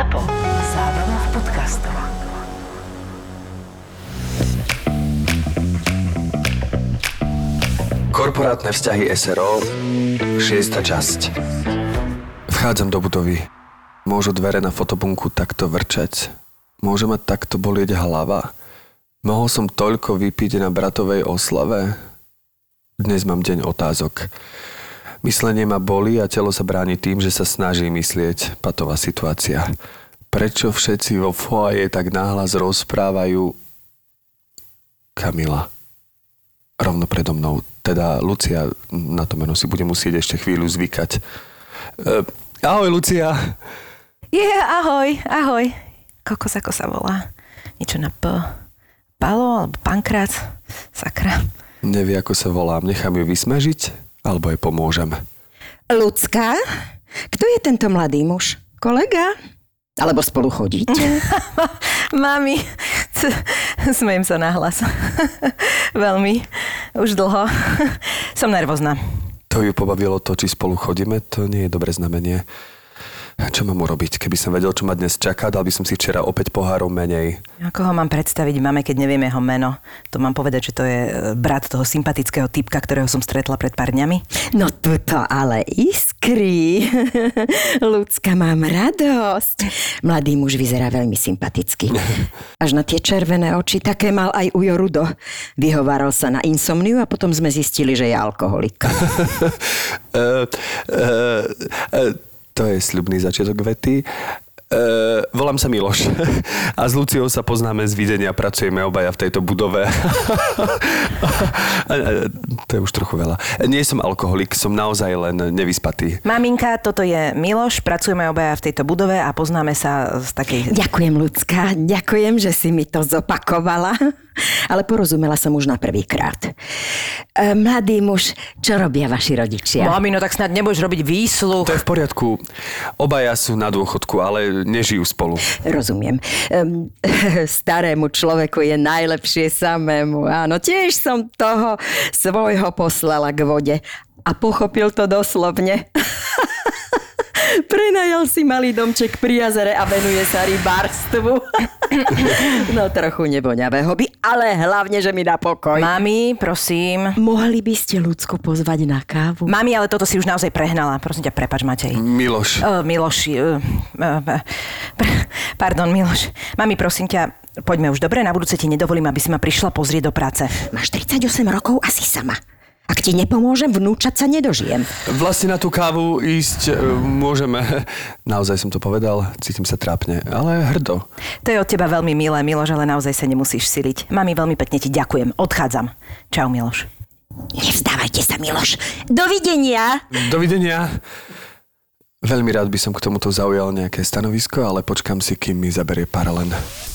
ZAPO. Zábrná v podcastov. Korporátne vzťahy SRO 6. časť. Vchádzam do budovy. Môžu dvere na fotobunku takto vrčať. Môže ma takto bolieť hlava. Mohol som toľko vypiť na bratovej oslave. Dnes mám deň otázok. Myslenie ma bolí a telo sa bráni tým, že sa snaží myslieť. Patová situácia. Prečo všetci vo foaje tak nahlas rozprávajú? Kamila. Rovno predo mnou. Teda Lucia, na to meno si bude musieť ešte chvíľu zvykať. Ahoj, Lucia. Ahoj. Kokos, ako sa volá? Niečo na P. Palo alebo Pankrác? Sakra. Nevie, ako sa volám. Nechám ju vysmažiť? Alebo jej pomôžem. Ľudská? Kto je tento mladý muž? Kolega? Alebo spolu chodíte? Mami, smejem sa nahlas. Veľmi. Už dlho. Som nervózna. To ju pobavilo to, či spolu chodíme, to nie je dobré znamenie. Čo mám urobiť? Keby som vedel, čo ma dnes čaká, dal by som si včera opäť pohárov menej. Ako ho mám predstaviť mame, keď neviem jeho meno? To mám povedať, že to je brat toho sympatického typka, ktorého som stretla pred pár dňami? No tuto ale iskry. Ľudská, mám radosť. Mladý muž vyzerá veľmi sympaticky. Až na tie červené oči, také mal aj Ujo Rudo. Vyhováral sa na insomniu a potom sme zistili, že je alkoholik. To je sľubný začiatok vety. Volám sa Miloš a s Luciou sa poznáme z videnia, pracujeme obaja v tejto budove. To je už trochu veľa. Nie som alkoholik, som naozaj len nevyspatý. Maminka, toto je Miloš, pracujeme obaja v tejto budove a poznáme sa z takej... Ďakujem, Ľudská, ďakujem, že si mi to zopakovala. Ale porozumela som už na prvýkrát. Mladý muž, čo robia vaši rodičia? Mami, no tak snad nebudeš robiť výsluch. To je v poriadku. Obaja sú na dôchodku, ale nežijú spolu. Rozumiem. Starému človeku je najlepšie samému. Áno, tiež som toho svojho poslala k vode. A pochopil to doslovne. Prenajal si malý domček pri jazere a venuje sa rybárstvu. No trochu nevoňavé hobby, ale hlavne, že mi dá pokoj. Mami, prosím. Mohli by ste Ľudsku pozvať na kávu? Mami, ale toto si už naozaj prehnala. Prosím ťa, prepáč, Matej. Miloš. Pardon, Miloš. Mami, prosím ťa, poďme už, dobre? Na budúce ti nedovolím, aby si ma prišla pozrieť do práce. Máš 38 rokov a si sama. Ak ti nepomôžem, vnúčať sa nedožijem. Vlastne na tú kávu ísť môžeme. Naozaj som to povedal, cítim sa trápne, ale hrdo. To je od teba veľmi milé, Miloš, ale naozaj sa nemusíš siliť. Mami, veľmi pekne ti ďakujem. Odchádzam. Čau, Miloš. Nevzdávajte sa, Miloš. Dovidenia. Dovidenia. Veľmi rád by som k tomuto zaujal nejaké stanovisko, ale počkam si, kým mi zaberie paralen.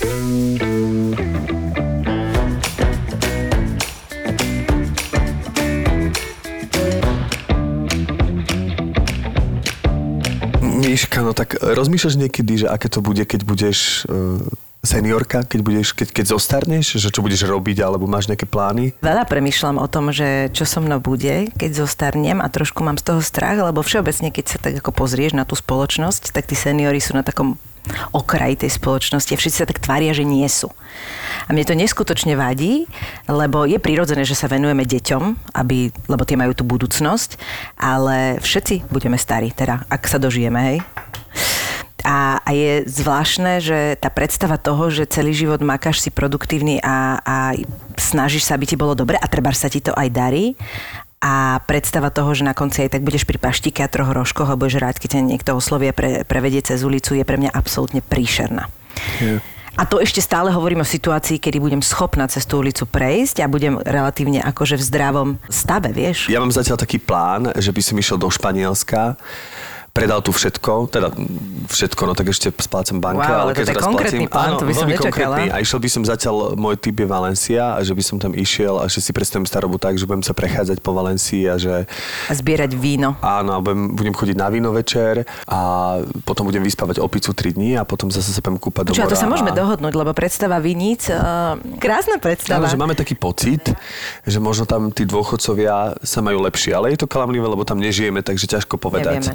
Miška, no tak rozmýšľaš niekedy, že aké to bude, keď budeš seniorka, keď zostarneš, že čo budeš robiť, alebo máš nejaké plány? Veľa premýšľam o tom, že čo so mnou bude, keď zostarnem a trošku mám z toho strach, lebo všeobecne, keď sa tak ako pozrieš na tú spoločnosť, tak tí seniori sú na takom okraji tej spoločnosti a všetci sa tak tvária, že nie sú. A mne to neskutočne vadí, lebo je prirodzené, že sa venujeme deťom, lebo tie majú tú budúcnosť, ale všetci budeme starí, teda ak sa dožijeme, hej. A je zvláštne, že tá predstava toho, že celý život makáš si produktívny a snažíš sa, aby ti bolo dobre a trebárs sa ti to aj darí. A predstava toho, že na konci aj tak budeš pri paštike a 3 rožkoch a budeš rád, keď ťa niekto oslovie prevedie cez ulicu, je pre mňa absolútne príšerná. Yeah. A to ešte stále hovorím o situácii, kedy budem schopná cez tú ulicu prejsť a budem relatívne akože v zdravom stave, vieš? Ja mám zatiaľ taký plán, že by som išiel do Španielska, predal tu všetko, no tak ešte splácam banke, wow, ale keď raz platím, áno, to by som nečakala. A išiel by som zatiaľ, môj typ je Valencia a že by som tam išiel a že si predstavím starobu tak, že budem sa prechádzať po Valencii a že... A zbierať víno. Áno, a budem chodiť na víno večer a potom budem vyspávať opicu 3 dní a potom zase sa budem kúpať do mora. To sa môžeme dohodnúť, lebo predstava viníc, krásna predstava. Áno, že máme taký pocit, že možno tam tí dôchodcovia sa majú lepšie, ale je to klamlivé, lebo tam nežijeme, takže ťažko povedať. Nevieme, no.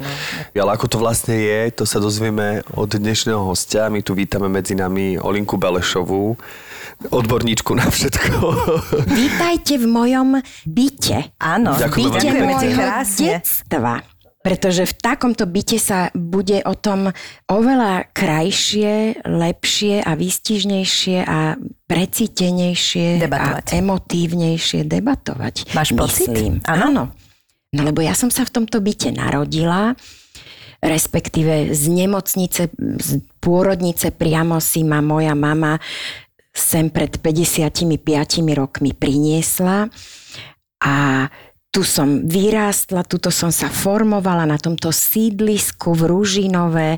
Ale ako to vlastne je, to sa dozvieme od dnešného hostia. My tu vítame medzi nami Olinku Belešovú, odborníčku na všetko. Vítajte v mojom byte. Áno, Ďakujeme Byte veľmi môjho krásne. detstva. Pretože v takomto byte sa bude o tom oveľa krajšie, lepšie a výstižnejšie a precítenejšie Debatovať. a emotívnejšie debatovať. Máš pocit? Myslím. Áno. No lebo ja som sa v tomto byte narodila, respektíve z nemocnice, z pôrodnice priamo si ma moja mama sem pred 55 rokmi priniesla a tu som vyrástla, tuto som sa formovala na tomto sídlisku v Ružinove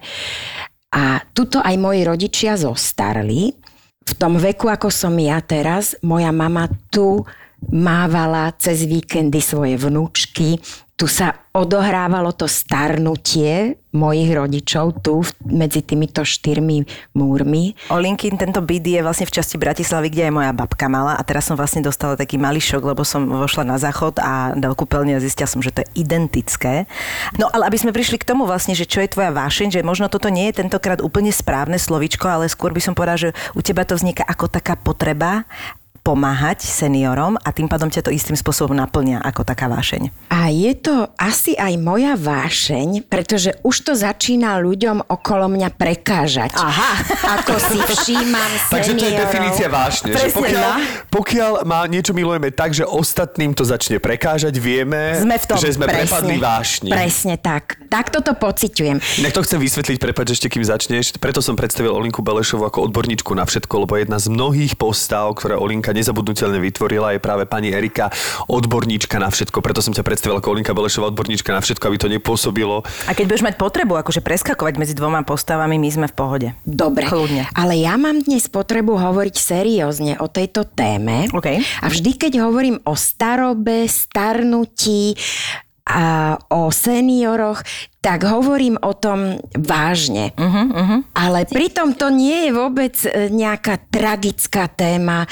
a tuto aj moji rodičia zostarli. V tom veku, ako som ja teraz, moja mama tu mávala cez víkendy svoje vnúčky. Tu sa odohrávalo to starnutie mojich rodičov tu medzi týmito 4 múrmi. Olinkin, tento byt je vlastne v časti Bratislavy, kde aj moja babka mala a teraz som vlastne dostala taký malý šok, lebo som vošla na záchod a do kúpeľne a zistila som, že to je identické. No ale aby sme prišli k tomu vlastne, že čo je tvoja vášeň, že možno toto nie je tentokrát úplne správne slovíčko, ale skôr by som povedala, že u teba to vzniká ako taká potreba pomáhať seniorom a tým pádom ťa to istým spôsobom naplňa ako taká vášeň. A je to asi aj moja vášeň, pretože už to začína ľuďom okolo mňa prekážať. Aha. Ako si všímam seniorov. Takže to je definícia vášne. Že Presne, pokiaľ ma niečo milujeme tak, že ostatným to začne prekážať, vieme, Sme v tom. že sme Presne. prepadli vášni. Presne tak. Takto to pociťujem. Inak to chcem vysvetliť, prepáč, ešte kým začneš. Preto som predstavil Olinku Belešovu ako odborníčku na všetko, lebo jedna z mnohých postav, ktoré Olinka nezabudnutelne vytvorila, je práve pani Erika, odborníčka na všetko. Preto som ťa predstavil ako Olinka Belešová, odborníčka na všetko, aby to nepôsobilo. A keď budeš mať potrebu akože preskakovať medzi dvoma postavami, my sme v pohode. Dobre, Kľudne. ale ja mám dnes potrebu hovoriť seriózne o tejto téme. OK. A vždy, keď hovorím o starobe, starnutí a o senioroch, tak hovorím o tom vážne. Ale pritom to nie je vôbec nejaká tragická téma.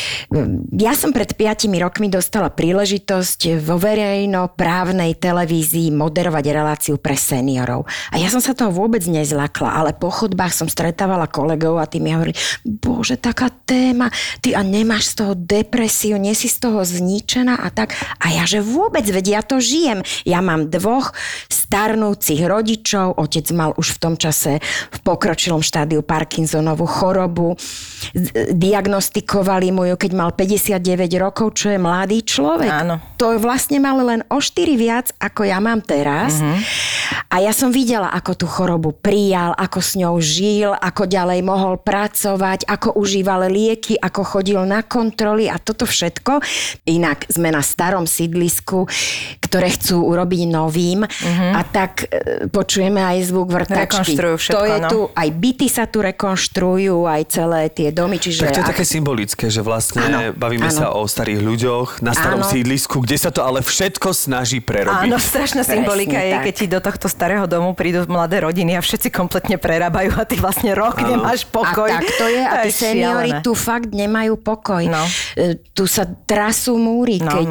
Ja som pred 5 rokmi dostala príležitosť vo verejnoprávnej televízii moderovať reláciu pre seniorov. A ja som sa toho vôbec nezlakla, ale po chodbách som stretávala kolegov a tí mi hovorili, bože, taká téma, ty a nemáš z toho depresiu, nie si z toho zničená a tak. A ja, že vôbec, veď ja to žijem. Ja mám 2 starnúcich rodičov, otec mal už v tom čase v pokročilom štádiu Parkinsonovú chorobu. Diagnostikovali mu ju, keď mal 59 rokov, čo je mladý človek. Áno. To vlastne mal len o 4 viac, ako ja mám teraz. A ja som videla, ako tú chorobu prijal, ako s ňou žil, ako ďalej mohol pracovať, ako užíval lieky, ako chodil na kontroly a toto všetko. Inak sme na starom sídlisku, ktoré chcú urobiť novým a tak počujeme aj zvuk vrtačky. Rekonštruujú všetko, to je no. tu, aj byty sa tu rekonštruujú, aj celé tie domy, čiže... Tak to je také symbolické, že vlastne bavíme sa o starých ľuďoch na starom sídlisku, kde sa to ale všetko snaží prerobiť. Áno, strašná symbolika je, tak. keď ti do tohto starého domu prídu mladé rodiny a všetci kompletne prerábajú a ty vlastne rok nemáš pokoj. A tak to je. A tí seniori šialené. tu fakt nemajú pokoj. No. Tu sa trasú múry, keď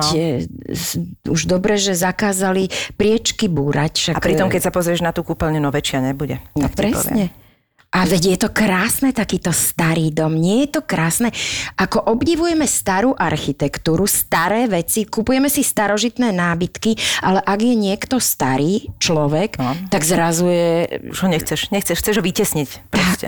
už dobre, že zakázali priečky búrať. Však, A pritom, keď sa pozrieš na tú kúpeľňu, no väčšia nebude. No Tak ti poviem. presne. A veď je to krásne, takýto starý dom. Nie je to krásne? Ako obdivujeme starú architektúru, staré veci, kupujeme si starožitné nábytky, ale ak je niekto starý človek, tak zrazu je... Už ho nechceš, chceš ho vytesniť. Proste.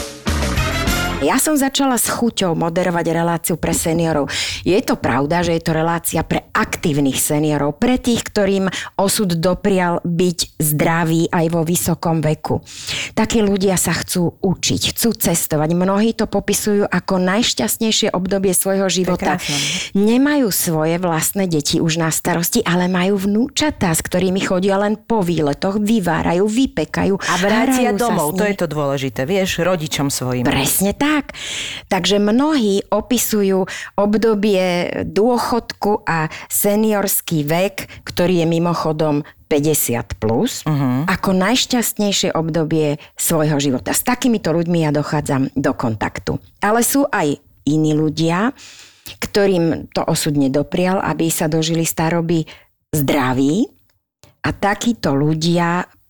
Ja som začala s chuťou moderovať reláciu pre seniorov. Je to pravda, že je to relácia pre aktívnych seniorov, pre tých, ktorým osud doprial byť zdraví aj vo vysokom veku. Takí ľudia sa chcú učiť, chcú cestovať. Mnohí to popisujú ako najšťastnejšie obdobie svojho života. Nemajú svoje vlastné deti už na starosti, ale majú vnúčatá, s ktorými chodia len po výletoch, vyvárajú, vypekajú. A vrátia hrajú sa domov, s to nimi. je to dôležité, vieš, rodičom svojim. Presne tak. Takže mnohí opisujú obdobie dôchodku a seniorský vek, ktorý je mimochodom 50 plus, ako najšťastnejšie obdobie svojho života. S takýmito ľuďmi ja dochádzam do kontaktu. Ale sú aj iní ľudia, ktorým to osud nedoprial, aby sa dožili staroby zdraví. A takíto ľudia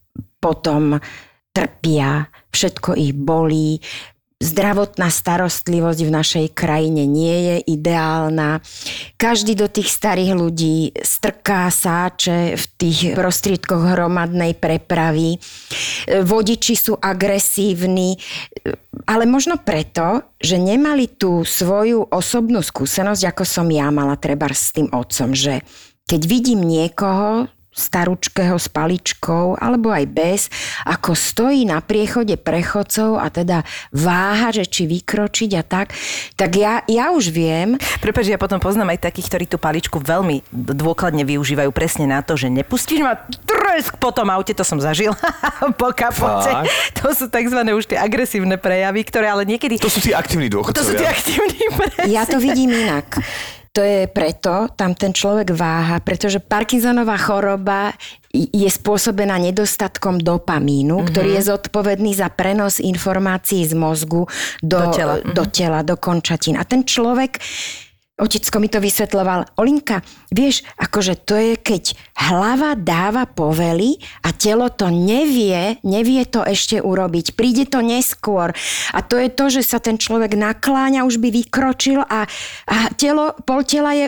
potom trpia, všetko ich bolí. Zdravotná starostlivosť v našej krajine nie je ideálna. Každý do tých starých ľudí strká sáče v tých prostriedkoch hromadnej prepravy. Vodiči sú agresívni, ale možno preto, že nemali tú svoju osobnú skúsenosť, ako som ja mala trebárs s tým otcom, že keď vidím niekoho staručkého s paličkou, alebo aj bez, ako stojí na priechode prechodcov a teda váha, že či vykročiť a tak ja už viem. Prepáč, ja potom poznám aj takých, ktorí tú paličku veľmi dôkladne využívajú presne na to, že nepustíš ma tresk po tom aute, to som zažil po kapote. To sú takzvané už tie agresívne prejavy, ktoré ale niekedy... To sú tí aktívni dôchodcovia. To sú tí aktívni presne. Ja to vidím inak. To je preto, tam ten človek váha, pretože Parkinsonová choroba je spôsobená nedostatkom dopamínu, ktorý je zodpovedný za prenos informácií z mozgu do tela, do končatín. A ten človek, otecko mi to vysvetľoval, Olinka, vieš, akože to je, keď hlava dáva povely a telo to nevie to ešte urobiť. Príde to neskôr. A to je to, že sa ten človek nakláňa, už by vykročil a pol tela je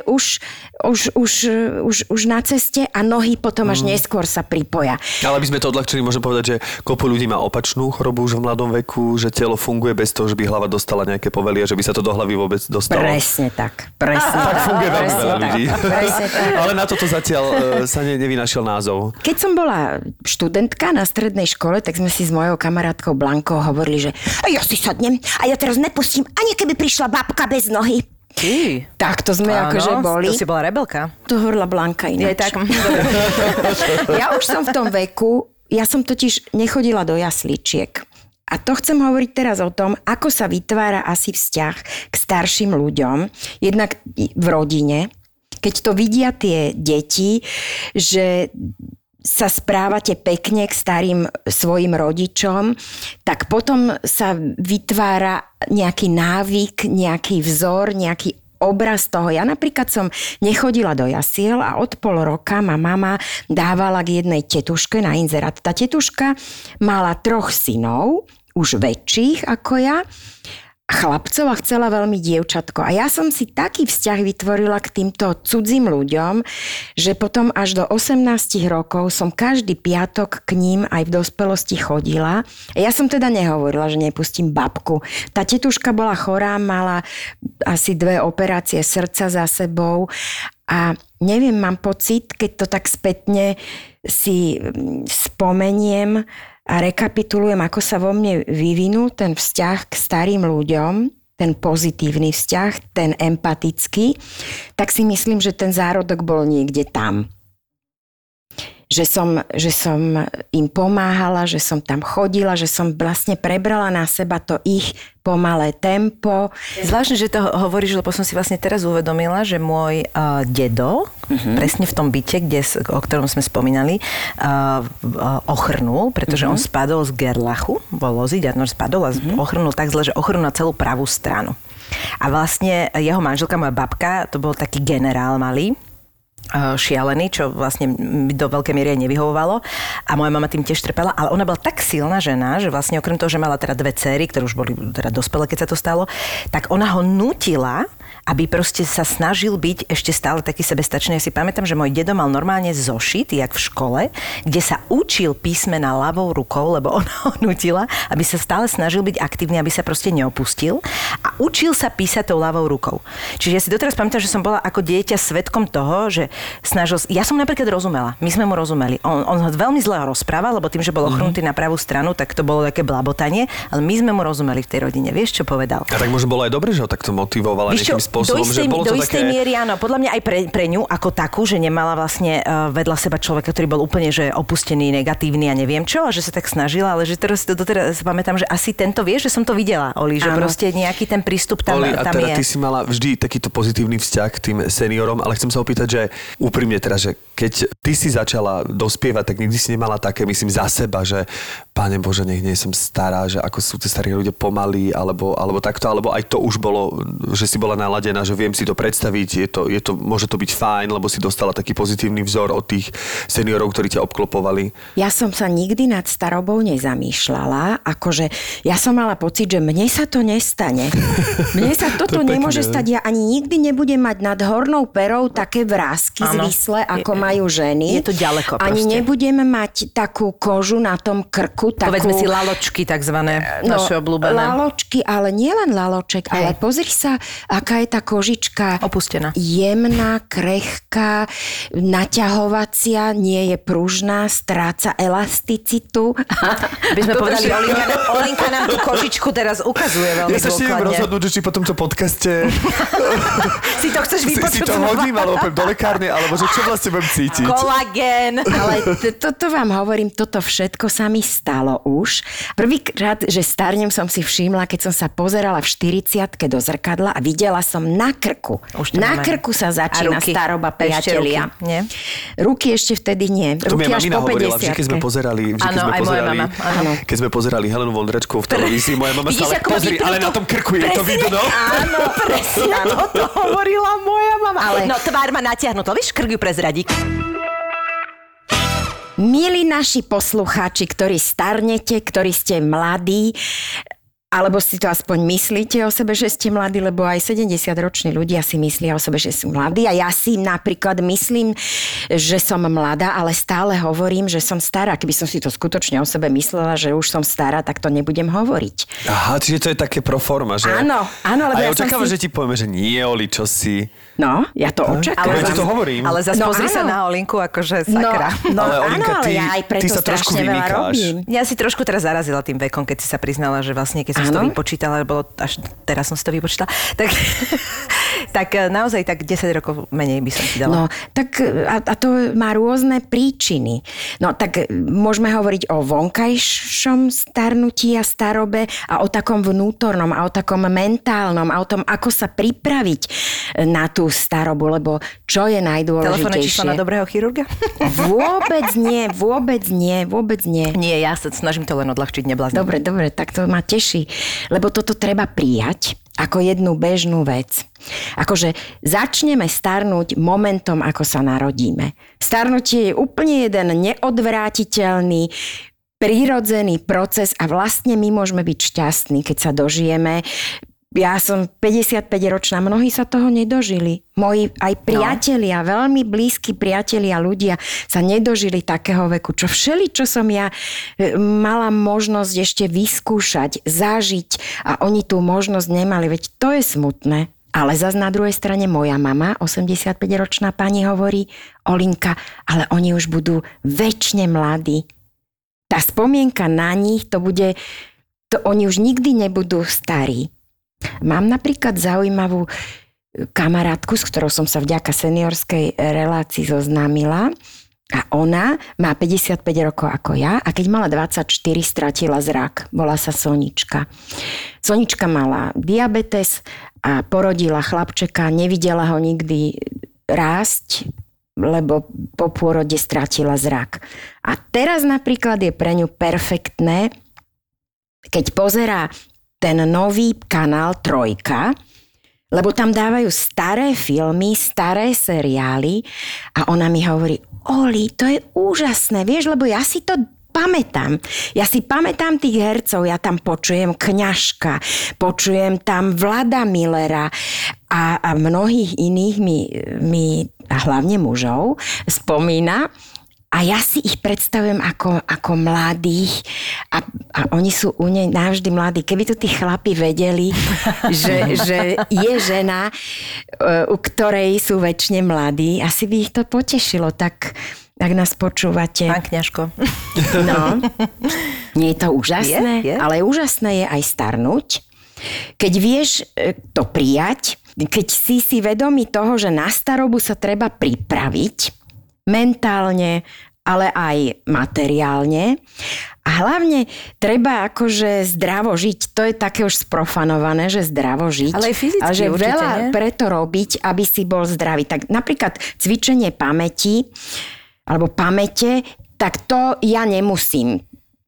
už na ceste a nohy potom až neskôr sa pripoja. Ale aby sme to odľahčili, môžem povedať, že kopu ľudí má opačnú chorobu už v mladom veku, že telo funguje bez toho, že by hlava dostala nejaké povely a že by sa to do hlavy vôbec dostalo. Presne tak. Tak funguje veľmi veľa ľudí. Tak. Ale na toto zatiaľ sa nevynašiel názov. Keď som bola študentka na strednej škole, tak sme si s mojou kamarátkou Blankou hovorili, že ja si sadnem a ja teraz nepustím, ani keby prišla babka bez nohy. Tak to sme akože boli. To si bola rebelka. To hovorila Blanka ináč. Je tak. Ja už som v tom veku, ja som totiž nechodila do jasličiek. A to chcem hovoriť teraz o tom, ako sa vytvára asi vzťah k starším ľuďom, jednak v rodine, keď to vidia tie deti, že sa správate pekne k starým svojim rodičom, tak potom sa vytvára nejaký návyk, nejaký vzor, nejaký obraz toho. Ja napríklad som nechodila do jasiel a od pol roka ma mama dávala k jednej tetuške na inzerát. Tá tetuška mala 3 synov, už väčších ako ja, chlapcov a chcela veľmi dievčatko. A ja som si taký vzťah vytvorila k týmto cudzím ľuďom, že potom až do 18 rokov som každý piatok k ním aj v dospelosti chodila. A ja som teda nehovorila, že nepustím babku. Tá tetuška bola chorá, mala asi 2 operácie srdca za sebou a neviem, mám pocit, keď to tak spätne si spomeniem a rekapitulujem, ako sa vo mne vyvinul ten vzťah k starým ľuďom, ten pozitívny vzťah, ten empatický, tak si myslím, že ten zárodok bol niekde tam. Že som im pomáhala, že som tam chodila, že som vlastne prebrala na seba to ich pomalé tempo. Zvláštne, že to hovoríš, lebo som si vlastne teraz uvedomila, že môj dedo, presne v tom byte, o ktorom sme spomínali, ochrnul, pretože on spadol z Gerlachu, bol loziť, spadol a ochrnul tak zle, že ochrnul na celú pravú stranu. A vlastne jeho manželka, moja babka, to bol taký generál malý, šialený, čo vlastne do veľkej miery nevyhovovalo. A moja mama tým tiež trpela, ale ona bola tak silná žena, že vlastne okrem toho, že mala teda 2 dcery, ktoré už boli teda dospelé, keď sa to stalo, tak ona ho nútila, aby proste sa snažil byť ešte stále taký sebestačný. Ja si pamätám, že môj dedo mal normálne zošit, jak v škole, kde sa učil písmena ľavou rukou, lebo ona ho nutila, aby sa stále snažil byť aktívny, aby sa proste neopustil a učil sa písať tou ľavou rukou. Čiže ja si doteraz pamätám, že som bola ako dieťa svedkom toho, že ja som napríklad rozumela, my sme mu rozumeli. On veľmi zle rozprával, lebo tým, že bol ochrnutý na pravú stranu, tak to bolo také blabotanie, ale my sme mu rozumeli v tej rodine. Vieš, čo povedal? A tak možno bolo aj dobre, že ho takto motivovala nejakým spôsobom, že bolo to istej miery, áno. Podľa mňa aj pre ňu ako takú, že nemala vlastne vedľa seba človeka, ktorý bol úplne že opustený, negatívny a neviem čo, a že sa tak snažila, ale že teraz pamätám, že asi tento vieš, že som to videla, Oli, že proste nejaký ten prístup tam, Oli, tam teda je. Ty si mala vždy takýto pozitívny vzťah k tým seniorom, ale chcem sa opýtať, že úprimne teraz, že keď ty si začala dospievať, tak nikdy si nemala také, myslím, za seba, že Pane Bože, nech som stará, že ako sú tí starí ľudia pomalí, alebo takto, alebo aj to už bolo, že si bola naladená, že viem si to predstaviť, môže to byť fajn, lebo si dostala taký pozitívny vzor od tých seniorov, ktorí ťa obklopovali. Ja som sa nikdy nad starobou nezamýšľala, akože ja som mala pocit, že mne sa to nestane. Mne sa toto nemôže stať, ja ani nikdy nebudem mať nad hornou perou také vrásky zvislé, ako majú ženy. Je to ďaleko proste. Ani nebudem mať takú kožu na tom krku. Povedzme si laločky takzvané, naše obľúbené. Laločky, ale nielen laloček, ale pozri sa, aká je tá kožička. Opustená. Jemná, krehká, naťahovacia, nie je pružná, stráca elasticitu. By sme povedali, Olinka nám tú kožičku teraz ukazuje veľmi dôkladne. Ja sa ešte neviem rozhodnúť, že či po tomto podcaste si to chceš vypočuť. Si to hodím, alebo opäť do lekárne, alebo že čo vlastne budem cítiť. Kolagén. Ale toto vám hovorím, toto všetko sa mi stalo už. Prvýkrát, že starnem, som si všimla, keď som sa pozerala v 40-ke do zrkadla a videla som na krku. Na krku sa začína staroba, priatelia. Ruky ešte vtedy nie. Ruky až po 50-ke. Keď sme pozerali Helenu Vondračkovú v televízii, moja mama stále pozri, ale na tom krku je to vidno. Áno, presne, to hovorila moja mama. No tvár má natiahnutá, víš, krk ju prezradí. Milí naši poslucháči, ktorí starnete, ktorí ste mladí, alebo si to aspoň myslíte o sebe, že ste mladí, lebo aj 70-roční ľudia si myslia o sebe, že sú mladí. A ja si napríklad myslím, že som mladá, ale stále hovorím, že som stará. Keby som si to skutočne o sebe myslela, že už som stará, tak to nebudem hovoriť. Aha, čiže to je také pro forma, že? Áno, lebo ja očakávam, že ti povieme, že nie, Oli, čo si... No, ja to očakávam. Ale ja ti to hovorím. Ale zase pozri sa na Olinku, akože sakra. Ale Olinka, ale ja aj preto strašne veľa robím. Ja si trošku teraz zarazila tým vekom, keď si sa priznala, že vlastne keď som si to vypočítala, lebo až teraz som si to vypočítala, tak naozaj tak 10 rokov menej by som ti dala. No, tak a to má rôzne príčiny. No, tak môžeme hovoriť o vonkajšom starnutí a starobe a o takom vnútornom a o takom mentálnom a o tom, ako sa pripraviť na tú starobu, lebo čo je najdôležitejšie? Telefónne číslo na dobrého chirurga? Vôbec nie. Nie, ja sa snažím to len odľahčiť, neblázniť. Dobre, tak to ma teší, lebo toto treba prijať ako jednu bežnú vec. Akože začneme starnúť momentom, ako sa narodíme. Starnutie je úplne jeden neodvrátiteľný, prirodzený proces a vlastne my môžeme byť šťastní, keď sa dožijeme. Ja som 55-ročná, mnohí sa toho nedožili. Moji aj priatelia, veľmi blízki priatelia, ľudia sa nedožili takého veku. Čo som ja mala možnosť ešte vyskúšať, zažiť a oni tú možnosť nemali. Veď to je smutné. Ale zas na druhej strane moja mama, 85-ročná pani, hovorí, Olinka, ale oni už budú večne mladí. Tá spomienka na nich, oni už nikdy nebudú starí. Mám napríklad zaujímavú kamarátku, s ktorou som sa vďaka seniorskej relácii zoznámila a ona má 55 rokov ako ja a keď mala 24, stratila zrak. Volá sa Sonička. Sonička mala diabetes a porodila chlapčeka, nevidela ho nikdy rásť, lebo po pôrode stratila zrak. A teraz napríklad je pre ňu perfektné, keď pozerá ten nový kanál Trojka, lebo tam dávajú staré filmy, staré seriály a ona mi hovorí, Oli, to je úžasné, vieš, lebo ja si to pamätám. Ja si pamätám tých hercov, ja tam počujem Kňažka, počujem tam Vlada Millera a mnohých iných mi a hlavne mužov spomína. A ja si ich predstavujem ako mladých a oni sú u nej navždy mladí. Keby to tí chlapi vedeli, že je žena, u ktorej sú večne mladí, asi by ich to potešilo. Tak, ak nás počúvate... Pán Kňažko. No, nie je to úžasné? Je. Ale úžasné je aj starnúť. Keď vieš to prijať, keď si vedomý toho, že na starobu sa treba pripraviť, mentálne, ale aj materiálne. A hlavne treba akože zdravo žiť. To je také už sprofanované, že zdravo žiť. Ale aj fyzicky ale že určite, veľa nie? preto robiť, aby si bol zdravý. Tak napríklad cvičenie pamäti alebo pamäte, tak to ja nemusím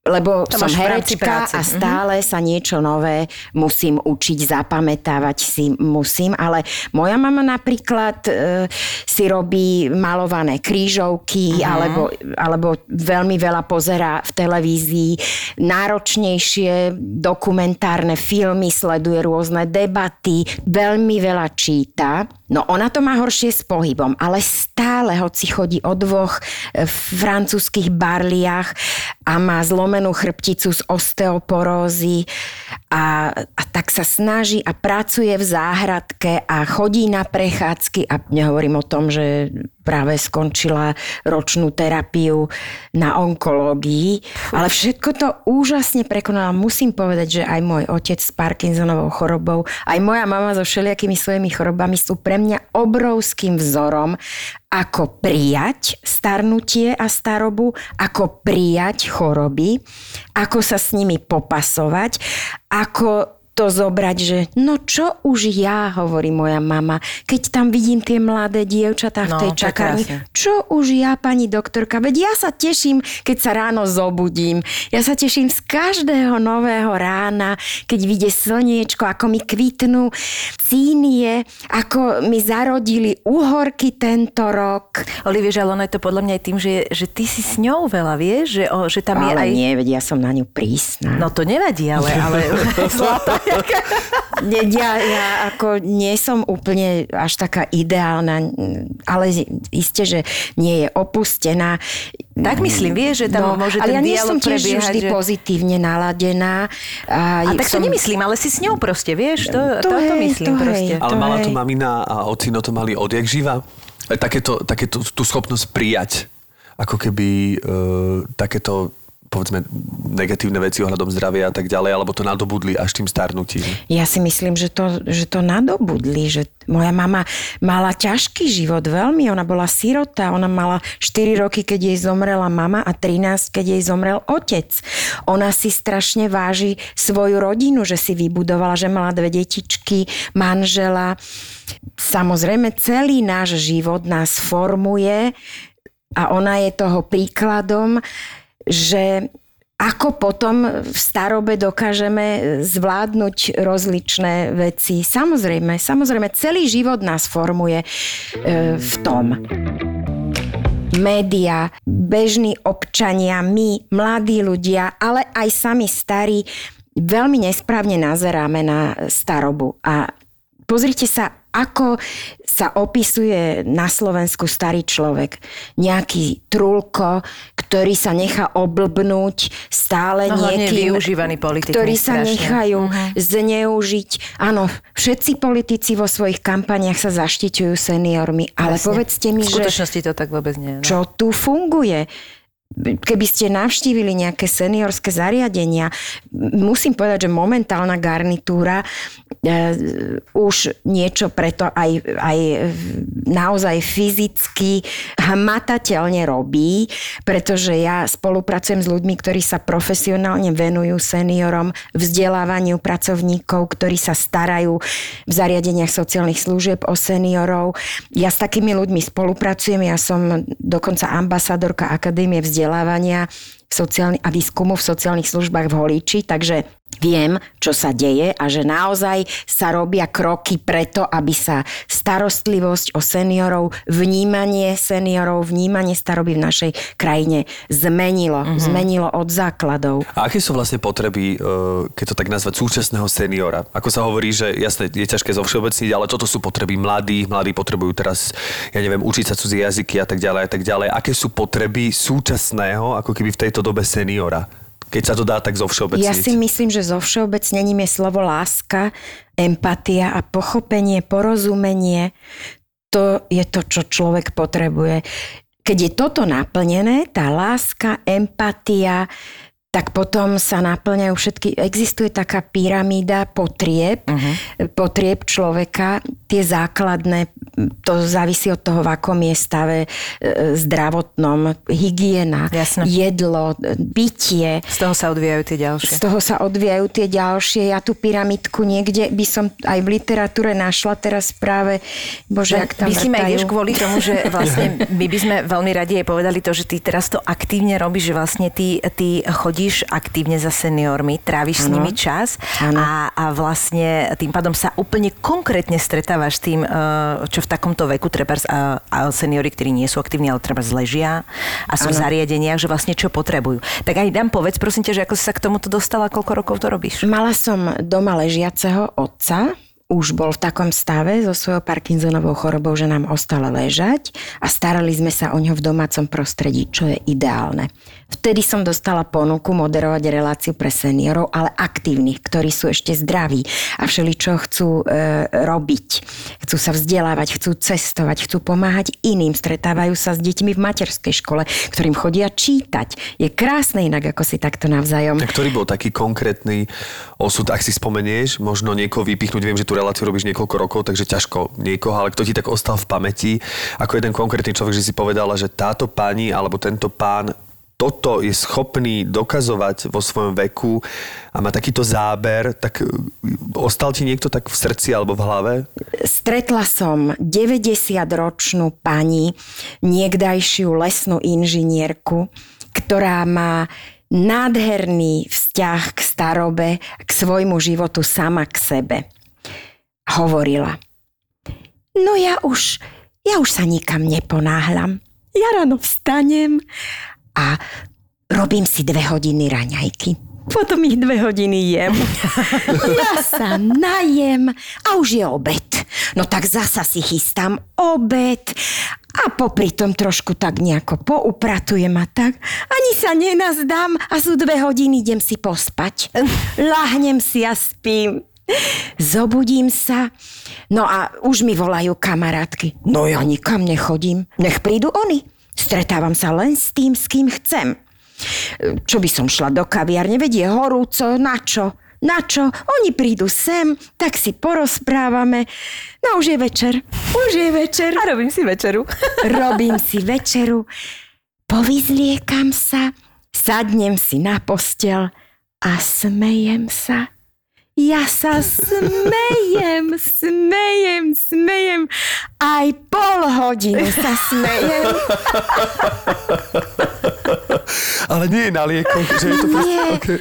lebo To som máš v rámci herečka práce. a stále sa niečo nové musím učiť, zapamätávať si musím, ale moja mama napríklad si robí malované krížovky alebo veľmi veľa pozerá v televízii náročnejšie dokumentárne filmy, sleduje rôzne debaty, veľmi veľa číta. No ona to má horšie s pohybom, ale stále, hoci chodí o 2 francúzskych barliach a má zlomenú chrbticu z osteoporózy a tak sa snaží a pracuje v záhradke a chodí na prechádzky a nehovorím o tom, že práve skončila ročnú terapiu na onkológii, ale všetko to úžasne prekonala. Musím povedať, že aj môj otec s Parkinsonovou chorobou, aj moja mama so všelijakými svojimi chorobami sú pre mňa obrovským vzorom, ako prijať starnutie a starobu, ako prijať choroby, ako sa s nimi popasovať, ako to zobrať, že no čo už ja, hovorí moja mama, keď tam vidím tie mladé dievčatá v tej čakárni, čo už ja, pani doktorka, veď ja sa teším, keď sa ráno zobudím. Ja sa teším z každého nového rána, keď vidie slniečko, ako mi kvitnú cínie, ako mi zarodili uhorky tento rok. Oli, vieš, ale ono je to podľa mňa aj tým, že ty si s ňou veľa, vieš, že tam je aj... Ale nie, veď ja som na ňu prísna. No to nevadí, ale zlatá. Ja ako nie som úplne až taká ideálna, ale isté, že nie je opustená. Tak myslím, vieš, že tam môže ten dialog prebiehať. Ale ja nie som tiež vždy pozitívne naladená. A tak to nemyslím, ale si s ňou proste, vieš, to myslím proste. Ale mala to mamina a ocino to mali odjak živa? Takéto tú schopnosť prijať, ako keby takéto povedzme negatívne veci ohľadom zdravia a tak ďalej, alebo to nadobudli až tým starnutím? Ja si myslím, že to nadobudli, že moja mama mala ťažký život veľmi, ona bola sirota, ona mala 4 roky, keď jej zomrela mama a 13, keď jej zomrel otec. Ona si strašne váži svoju rodinu, že si vybudovala, že mala 2 detičky, manžela. Samozrejme, celý náš život nás formuje a ona je toho príkladom, že ako potom v starobe dokážeme zvládnuť rozličné veci. Samozrejme, celý život nás formuje v tom. Média, bežní občania, my, mladí ľudia, ale aj sami starí, veľmi nesprávne nazeráme na starobu. A pozrite sa, ako sa opisuje na Slovensku starý človek. Nejaký trulko, ktorý sa nechá oblbnúť stále niekým, využívaný politikmi, ktorí sa nechajú zneužiť. Áno, všetci politici vo svojich kampaniach sa zaštiťujú seniormi, ale povedzte mi, v skutočnosti to tak vôbec nie. Čo tu funguje? Keby ste navštívili nejaké seniorské zariadenia, musím povedať, že momentálna garnitúra už niečo preto aj naozaj fyzicky hmatateľne robí, pretože ja spolupracujem s ľuďmi, ktorí sa profesionálne venujú seniorom, vzdelávaniu pracovníkov, ktorí sa starajú v zariadeniach sociálnych služieb o seniorov. Ja s takými ľuďmi spolupracujem, ja som dokonca ambasadorka Akadémie vzdelávania a výskumu v sociálnych službách v Holíči, takže viem, čo sa deje a že naozaj sa robia kroky preto, aby sa starostlivosť o seniorov, vnímanie staroby v našej krajine zmenilo. Zmenilo od základov. A aké sú vlastne potreby, keď to tak nazvať, súčasného seniora? Ako sa hovorí, že jasné, je ťažké zovšeobecniť, ale toto sú potreby mladí potrebujú teraz, ja neviem, učiť sa cudzie jazyky a tak ďalej. Aké sú potreby súčasného, ako keby v tejto dobe seniora? Keď sa to dá tak zovšeobecniť. Ja si myslím, že zovšeobecnením je slovo láska, empatia a pochopenie, porozumenie. To je to, čo človek potrebuje. Keď je toto naplnené, tá láska, empatia, tak potom sa naplňajú všetky... Existuje taká pyramída potrieb človeka, tie základné to závisí od toho, v akom je stave zdravotnom, hygiena, Jasné. jedlo, pitie. Z toho sa odvíjajú tie ďalšie. Z toho sa odvíjajú tie ďalšie. Ja tú pyramidku niekde by som aj v literatúre našla teraz práve, bože, jak tam Myslím aj, vrtajú. vieš, kvôli tomu, že vlastne my by sme veľmi radi aj povedali to, že ty teraz to aktívne robíš, že vlastne ty chodíš aktívne za seniormi, tráviš s nimi čas a vlastne tým pádom sa úplne konkrétne stretávaš s tým, čo v takomto veku trebárs a seniori, ktorí nie sú aktívni, ale trebárs ležia a sú v zariadeniach, že vlastne čo potrebujú. Tak aj dám povedz, prosím ťa, že ako si sa k tomuto dostala, koľko rokov to robíš? Mala som doma ležiaceho otca, už bol v takom stave so svojou Parkinsonovou chorobou, že nám ostal ležať a starali sme sa o ňo v domácom prostredí, čo je ideálne. Vtedy som dostala ponuku moderovať reláciu pre seniorov, ale aktívnych, ktorí sú ešte zdraví a všeličo chcú robiť. Chcú sa vzdelávať, chcú cestovať, chcú pomáhať iným, stretávajú sa s deťmi v materskej škole, ktorým chodia čítať. Je krásne inak, ako si takto navzájom. A ktorý bol taký konkrétny osud, ak si spomenieš, možno niekoho vypichnúť, viem, že tú reláciu robíš niekoľko rokov, takže ťažko niekoho, ale kto ti tak ostal v pamäti, ako jeden konkrétny človek, že si povedala, že táto pani alebo tento pán toto je schopný dokazovať vo svojom veku a má takýto záber, tak ostal ti niekto tak v srdci alebo v hlave? Stretla som 90-ročnú pani, niekdajšiu lesnú inžinierku, ktorá má nádherný vzťah k starobe, k svojmu životu sama k sebe. Hovorila, no ja už sa nikam neponáhľam. Ja ráno vstanem a robím si 2 hodiny raňajky. Potom ich 2 hodiny jem. Ja sa najem a už je obed. No tak zasa si chystám obed a popri tom trošku tak nejako poupratujem a tak. Ani sa nenazdám a sú 2 hodiny, idem si pospať. Lahnem si a spím. Zobudím sa, no a už mi volajú kamarátky. No ja nikam nechodím, nech prídu oni. Stretávam sa len s tým, s kým chcem. Čo by som šla do kaviarne, veď je horúco, na čo? Oni prídu sem, tak si porozprávame. No už je večer. A robím si večeru. Robím si večeru, povyzliekam sa, sadnem si na posteľ a smejem sa. Ja sa smejem. Aj pol hodinu sa smejem. Ale nie je na liekoch, že je to proste... Okay.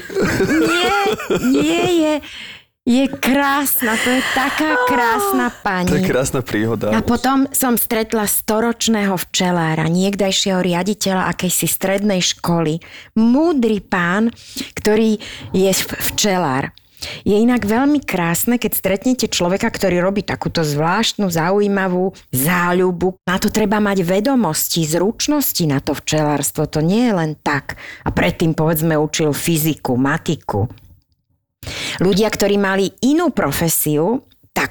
Nie, je krásna, to je taká krásna pani. To je krásna príhoda. A potom som stretla 100-ročného včelára, niekdajšieho riaditeľa akejsi strednej školy. Múdry pán, ktorý je včelár. Je inak veľmi krásne, keď stretnete človeka, ktorý robí takúto zvláštnu, zaujímavú záľubu. Na to treba mať vedomosti, zručnosti na to včelárstvo. To nie je len tak. A predtým, povedzme, učil fyziku, matiku. Ľudia, ktorí mali inú profesiu,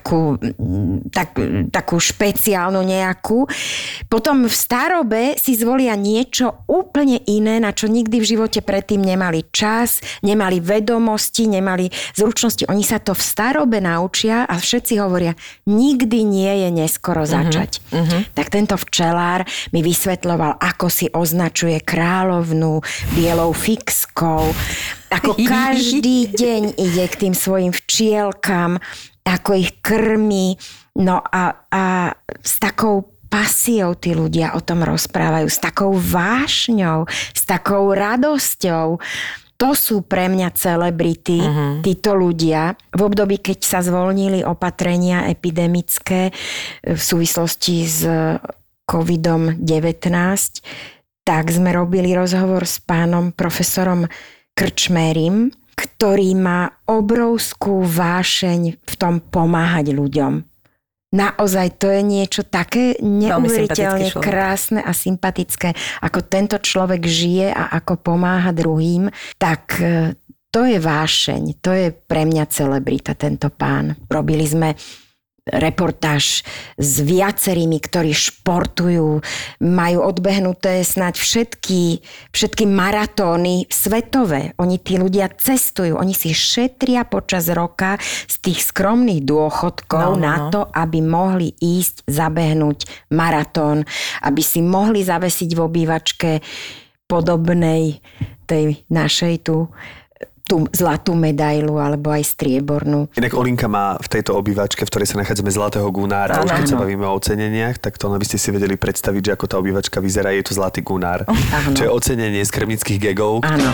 takú špeciálnu nejakú. Potom v starobe si zvolia niečo úplne iné, na čo nikdy v živote predtým nemali čas, nemali vedomosti, nemali zručnosti. Oni sa to v starobe naučia a všetci hovoria, nikdy nie je neskoro začať. Tak tento včelár mi vysvetľoval, ako si označuje kráľovnú bielou fixkou, ako každý deň ide k tým svojim včielkam, ako ich krmi, no a s takou pasiou tí ľudia o tom rozprávajú, s takou vášňou, s takou radosťou. To sú pre mňa celebrity, títo ľudia. V období, keď sa zvolnili opatrenia epidemické v súvislosti s COVID-19, tak sme robili rozhovor s pánom profesorom Krčmérim, ktorý má obrovskú vášeň v tom pomáhať ľuďom. Naozaj to je niečo také neuveriteľne krásne a sympatické, ako tento človek žije a ako pomáha druhým, tak to je vášeň, to je pre mňa celebrita, tento pán. Robili sme reportáž s viacerými, ktorí športujú, majú odbehnuté snáď všetky maratóny svetové. Oni tí ľudia cestujú, oni si šetria počas roka z tých skromných dôchodkov na to, aby mohli ísť zabehnúť maratón, aby si mohli zavesiť v obývačke podobnej tej našej tú zlatú medailu alebo aj striebornú. Inak Olinka má v tejto obývačke, v ktorej sa nachádzame, zlatého gunára. Už keď sa bavíme o oceneniach, tak to by ste si vedeli predstaviť, že ako tá obývačka vyzerá, je to zlatý gunár. Čo je ocenenie z kremnických gegov. Áno.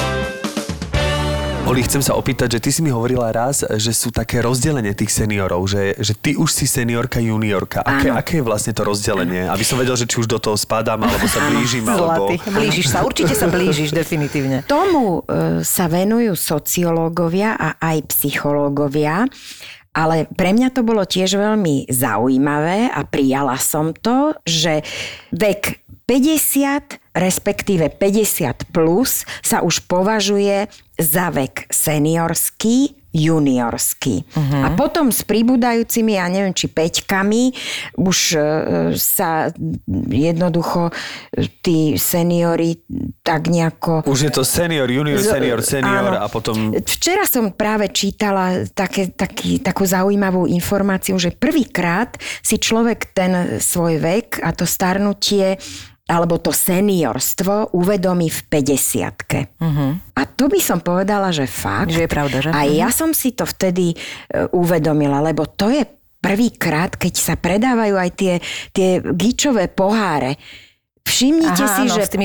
Oli, chcem sa opýtať, že ty si mi hovorila raz, že sú také rozdelenie tých seniorov, že ty už si seniorka, juniorka. Aké je vlastne to rozdelenie? Aby som vedel, že či už do toho spadám, alebo sa blížim, alebo... Zlatý. Blížiš sa, určite sa blížiš, definitívne. Tomu sa venujú sociológovia a aj psychológovia, ale pre mňa to bolo tiež veľmi zaujímavé a prijala som to, že vek 50, respektíve 50 plus sa už považuje za vek seniorský, juniorský. A potom s pribúdajúcimi, ja neviem, či peťkami, už sa jednoducho tí seniori tak nejako... Už je to senior, junior, senior a potom... Včera som práve čítala takú zaujímavú informáciu, že prvýkrát si človek ten svoj vek a to starnutie alebo to seniorstvo uvedomí v 50-ke. A to by som povedala, že fakt. Že je pravda, že? A ja som si to vtedy uvedomila, lebo to je prvýkrát, keď sa predávajú aj tie gíčové poháre. Všimnite si, že s tými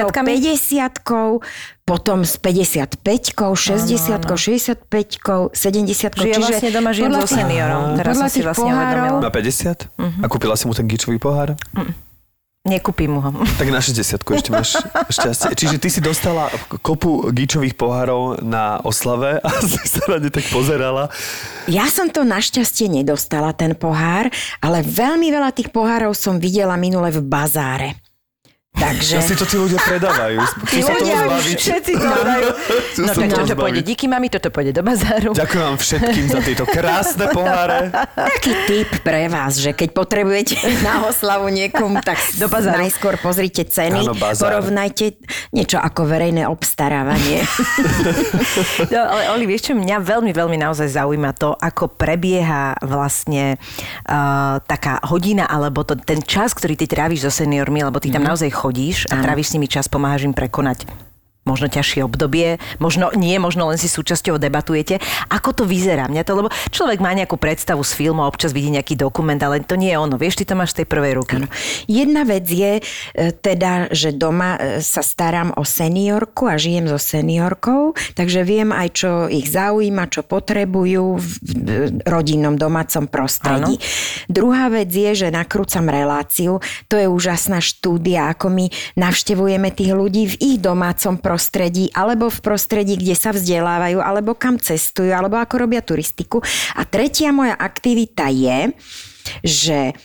50-kou, potom s 55-kou, 60-kou, 65-kou, 70-kou. Že ja vlastne doma žijem so seniorom. Teraz som si vlastne uvedomila. Má 50? A kúpila si mu ten gíčový pohár? Nekúpim mu ho. Tak na 60-ku ešte máš šťastie. Čiže ty si dostala kopu gíčových pohárov na oslave a si sa na ne tak pozerala. Ja som to našťastie nedostala, ten pohár, ale veľmi veľa tých pohárov som videla minule v bazáre. Takže... si to tí ľudia predávajú. Tí ľudia všetci to dajú. No tak toto pôjde díky mami, toto pôjde do bazáru. Ďakujem vám všetkým za tieto krásne poháre. Taký tip pre vás, že keď potrebujete na oslavu niekomu, tak do bazáru najskôr pozrite ceny, porovnajte niečo ako verejné obstarávanie. No, ale Oli, vieš čo, mňa veľmi, veľmi naozaj zaujíma to, ako prebieha vlastne taká hodina, alebo ten čas, ktorý ty tráviš so seniormi, lebo ty tam naozaj chodíš a tráviš s nimi čas, pomáhaš im prekonať možno ťažšie obdobie, možno nie, možno len si súčasťou debatujete. Ako to vyzerá? Mňa to, lebo človek má nejakú predstavu z filmu, občas vidí nejaký dokument, ale to nie je ono. Vieš, ty to máš z tej prvej ruky. Ano. Jedna vec je teda, že doma sa starám o seniorku a žijem so seniorkou, takže viem aj, čo ich zaujíma, čo potrebujú v rodinnom domácom prostredí. Ano. Druhá vec je, že nakrúcam reláciu. To je úžasná štúdia, ako my navštevujeme tých ľudí v ich domácom prostredí, alebo v prostredí, kde sa vzdelávajú, alebo kam cestujú, alebo ako robia turistiku. A tretia moja aktivita je, že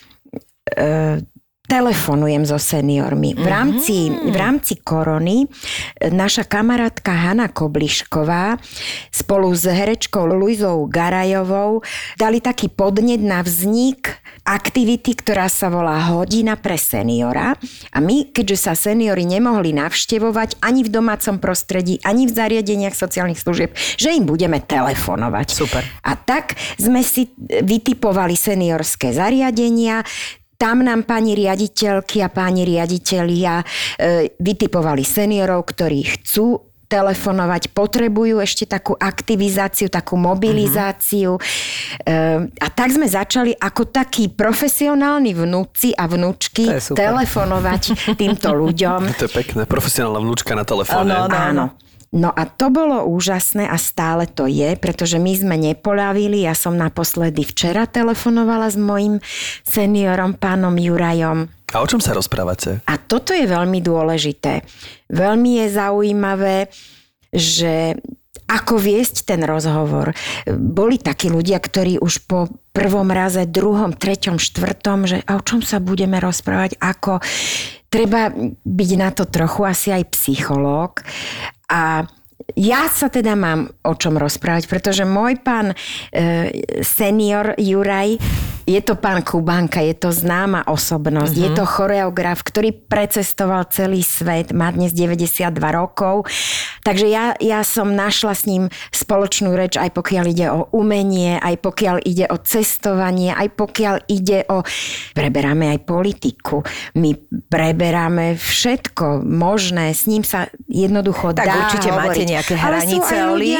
telefonujem so seniormi. V rámci korony naša kamarátka Hana Koblišková spolu s herečkou Luizou Garajovou dali taký podnet na vznik aktivity, ktorá sa volá Hodina pre seniora. A my, keďže sa seniori nemohli navštevovať ani v domácom prostredí, ani v zariadeniach sociálnych služieb, že im budeme telefonovať. Super. A tak sme si vytipovali seniorské zariadenia. Tam nám pani riaditeľky a páni riaditelia vytipovali seniorov, ktorí chcú telefonovať, potrebujú ešte takú aktivizáciu, takú mobilizáciu. A tak sme začali ako takí profesionálni vnúci a vnúčky telefonovať týmto ľuďom. To je pekné, profesionálna vnúčka na telefóne. Áno. No a to bolo úžasné a stále to je, pretože my sme nepoľavili. Ja som naposledy včera telefonovala s mojím seniorom, pánom Jurajom. A o čom sa rozprávate? A toto je veľmi dôležité. Veľmi je zaujímavé, že ako viesť ten rozhovor. Boli takí ľudia, ktorí už po prvom raze, druhom, treťom, štvrtom, že a o čom sa budeme rozprávať, ako treba byť na to trochu asi aj psychológ. A ja sa teda mám o čom rozprávať, pretože môj pán senior Juraj Je to pán Kubánka, je to známa osobnosť, je to choreograf, ktorý precestoval celý svet, má dnes 92 rokov. Takže ja som našla s ním spoločnú reč, aj pokiaľ ide o umenie, aj pokiaľ ide o cestovanie, aj pokiaľ ide o... Preberáme aj politiku, my preberáme všetko možné, s ním sa jednoducho tak dá určite hovoriť. máte nejaké hranice, Oli.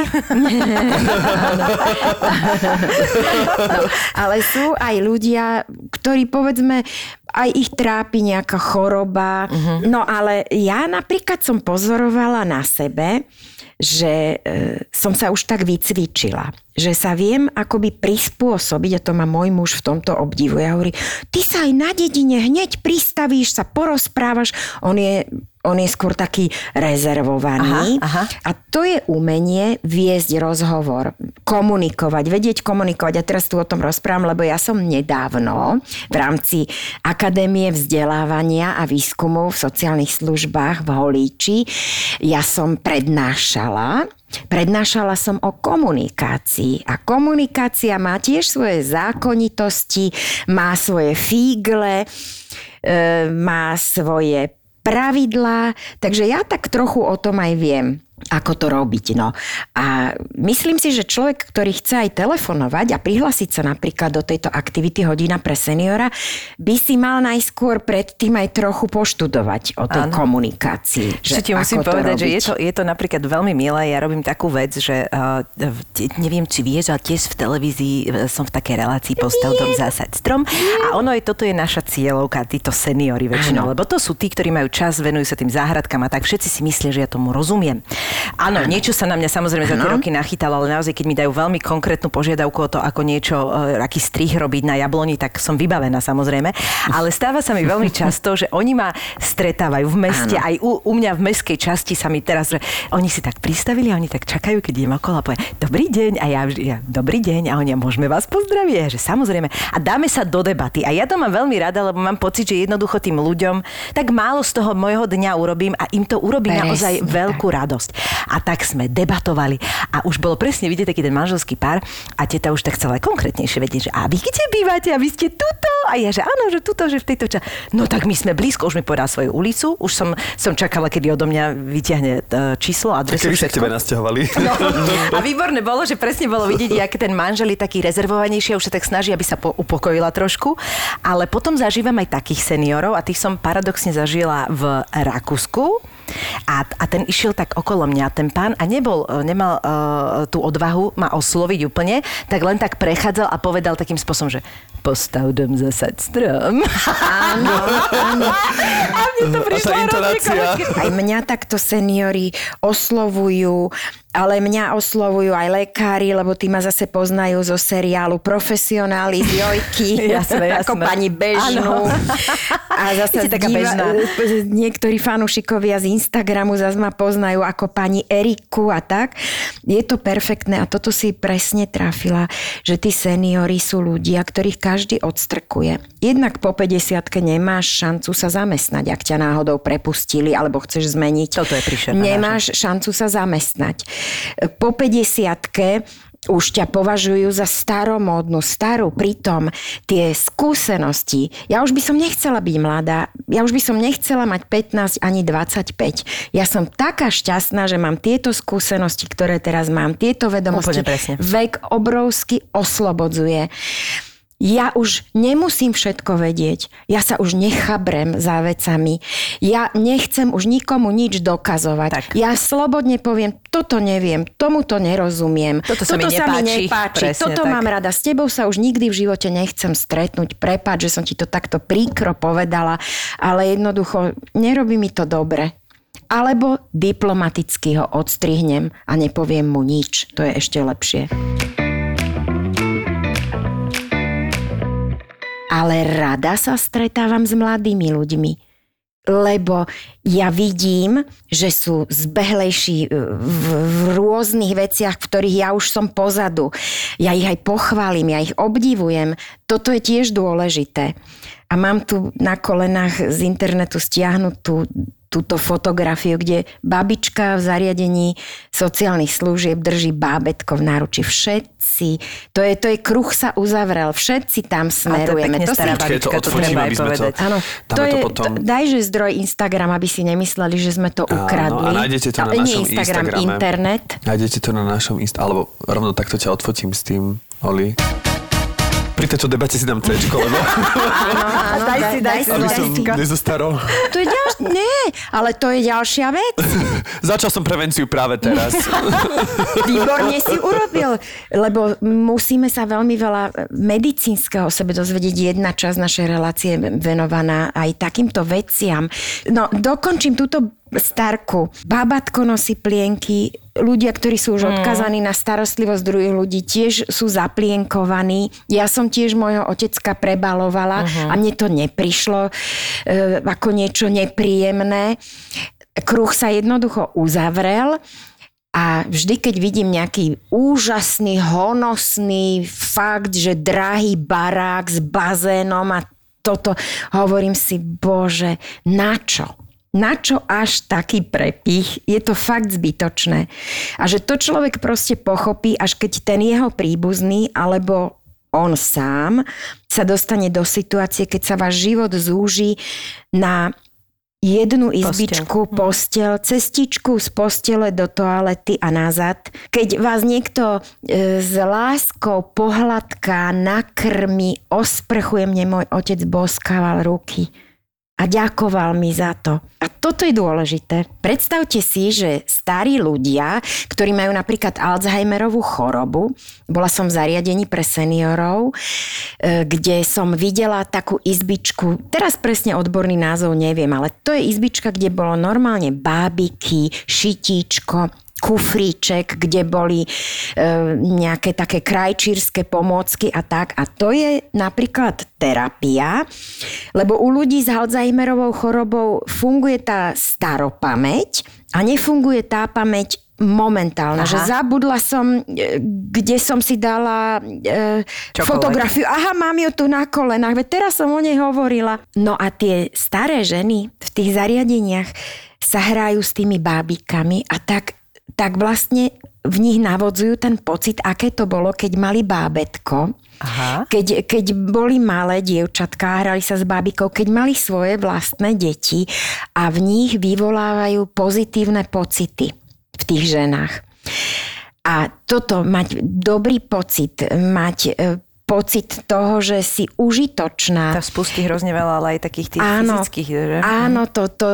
No, ale sú aj ľudia, ktorí povedzme, aj ich trápi nejaká choroba. No ale ja napríklad som pozorovala na sebe, že som sa už tak vycvičila, že sa viem akoby prispôsobiť, a to ma môj muž v tomto obdivuje. Ja hovorí, ty sa aj na dedine hneď pristavíš, sa porozprávaš. On je skôr taký rezervovaný. Aha. A to je umenie viesť rozhovor, komunikovať, vedieť komunikovať. A teraz tu o tom rozprávam, lebo ja som nedávno v rámci Akadémie vzdelávania a výskumu v sociálnych službách v Holíči, ja som prednášala som o komunikácii. A komunikácia má tiež svoje zákonitosti, má svoje fígle, má svoje pravidlá, takže ja tak trochu o tom aj viem, ako to robiť. No. A myslím si, že človek, ktorý chce aj telefonovať a prihlásiť sa napríklad do tejto aktivity Hodina pre seniora, by si mal najskôr predtým aj trochu poštudovať o tej komunikácii. Že ti musím povedať, že je to napríklad veľmi milé. Ja robím takú vec, že neviem, či vieš, ale tiež v televízii som v takej relácii Postav dom, zásať strom. A toto je naša cieľovka, títo seniori väčšinou, lebo to sú tí, ktorí majú čas, venujú sa tým záhradkám a tak všetci si myslia, že ja tomu rozumiem. Áno, niečo sa na mňa samozrejme za tie roky nachytalo, ale naozaj, keď mi dajú veľmi konkrétnu požiadavku o to, ako niečo, aký strih robiť na jabloni, tak som vybavená samozrejme. Ale stáva sa mi veľmi často, že oni ma stretávajú v meste, aj u mňa v mestskej časti sa mi teraz, že oni si tak pristavili a oni tak čakajú, keď idem okolo a povie, dobrý deň, a ja dobrý deň, a oni, môžeme vás pozdraviť, že samozrejme. A dáme sa do debaty. A ja to mám veľmi rada, lebo mám pocit, že jednoducho tým ľuďom tak málo z toho môjho dňa urobím a im to urobí naozaj veľkú radosť. A tak sme debatovali a už bolo presne vidieť taký ten manželský pár a teta už tak chcela aj konkrétnejšie vedieť, že a vy kde bývate a vy ste tuto? A ja, že áno, že tuto, že v tejto No tak my sme blízko, už mi povedal svoju ulicu, už som čakala, kedy odo mňa vyťahne číslo, adresu, všetko. Keby sa tebe nasťahovali. No, a výborné bolo, že presne bolo vidieť, jak ten manžel je taký rezervovanejší a už sa tak snaží, aby sa upokojila trošku. Ale potom zažívam aj takých seniorov a tých som paradoxne zažila v Rakúsku. A ten išiel tak okolo mňa, ten pán, a nemal tú odvahu ma osloviť úplne, tak len tak prechádzal a povedal takým spôsobom, že postav dom, zasaď strom. Áno. A mne to prišlo hrozne. Aj mňa takto seniori oslovujú, ale mňa oslovujú aj lekári, lebo tí ma zase poznajú zo seriálu Profesionáli z Jojky. Jasné. Ako pani Bežnú. A zase niektorí fanúšikovia z Instagramu zase ma poznajú ako pani Eriku a tak. Je to perfektné a toto si presne trafila, že tí seniori sú ľudia, ktorých každý odstrkuje. Jednak po 50-ke nemáš šancu sa zamestnať, ak ťa náhodou prepustili alebo chceš zmeniť. Toto je príšerná. Nemáš šancu sa zamestnať. Po 50-ke už ťa považujú za staromódnu, starú, pritom tie skúsenosti. Ja už by som nechcela byť mladá, ja už by som nechcela mať 15 ani 25. Ja som taká šťastná, že mám tieto skúsenosti, ktoré teraz mám, tieto vedomosti. Vek obrovsky oslobodzuje. Ja už nemusím všetko vedieť. Ja sa už nechabrem za vecami. Ja nechcem už nikomu nič dokazovať. Tak. Ja slobodne poviem, toto neviem, tomuto nerozumiem. Toto sa mi nepáči. Presne, toto tak. Mám rada. S tebou sa už nikdy v živote nechcem stretnúť. Prepáč, že som ti to takto príkro povedala, ale jednoducho nerobí mi to dobre. Alebo diplomaticky ho odstrihnem a nepoviem mu nič. To je ešte lepšie. Ale rada sa stretávam s mladými ľuďmi, lebo ja vidím, že sú zbehlejší v rôznych veciach, v ktorých ja už som pozadu. Ja ich aj pochválim, ja ich obdivujem. Toto je tiež dôležité. A mám tu na kolenách z internetu stiahnutú túto fotografiu, kde babička v zariadení sociálnych služieb drží bábätko v náruči. Všetci, to je kruh sa uzavrel, všetci tam smerujeme. A to je pekne stará babička, to treba aj povedať. Áno, to je, dajže zdroj Instagram, aby si nemysleli, že sme to ukradli. A nájdete to na našom Instagrame. Internet. Nájdete to na našom alebo rovno takto ťa odfotím s tým, Oli. Pri tejto debate si dám C-čko, lebo... Áno, daj si. Aby som nezostarol. To je nie, ale to je ďalšia vec. Začal som prevenciu práve teraz. Výborne si urobil, lebo musíme sa veľmi veľa medicínskeho sebe dozvedieť. Jedna časť našej relácie venovaná aj takýmto veciam. No, dokončím túto starku. Bábatko nosí plienky, ľudia, ktorí sú už odkazaní na starostlivosť druhých ľudí, tiež sú zaplienkovaní. Ja som tiež môjho otecka prebalovala a mne to neprišlo ako niečo nepríjemné. Kruh sa jednoducho uzavrel a vždy, keď vidím nejaký úžasný, honosný fakt, že drahý barák s bazénom a toto, hovorím si, Bože, na čo? Na čo až taký prepich? Je to fakt zbytočné. A že to človek proste pochopí, až keď ten jeho príbuzný alebo on sám sa dostane do situácie, keď sa váš život zúži na jednu izbičku, posteľ, cestičku z postele do toalety a nazad. Keď vás niekto s láskou pohľadká, nakrmi, osprchuje, mne môj otec boskával ruky a ďakoval mi za to. A toto je dôležité. Predstavte si, že starí ľudia, ktorí majú napríklad Alzheimerovú chorobu, bola som v zariadení pre seniorov, kde som videla takú izbičku, teraz presne odborný názov neviem, ale to je izbička, kde bolo normálne bábiky, šitíčko, kufríček, kde boli nejaké také krajčírske pomôcky a tak. A to je napríklad terapia, lebo u ľudí s Alzheimerovou chorobou funguje tá staropamäť a nefunguje tá pamäť momentálna, že zabudla som, kde som si dala fotografiu. Aha, mám ju tu na kolenách, veď teraz som o nej hovorila. No a tie staré ženy v tých zariadeniach sa hrajú s tými bábikami a tak vlastne v nich navodzujú ten pocit, aké to bolo, keď mali bábätko. Aha. Keď boli malé dievčatká, hrali sa s bábikou, keď mali svoje vlastné deti a v nich vyvolávajú pozitívne pocity v tých ženách. A toto, mať dobrý pocit, mať pocit toho, že si užitočná. To spustí hrozne veľa, ale aj takých tých fyzických. Že? Áno,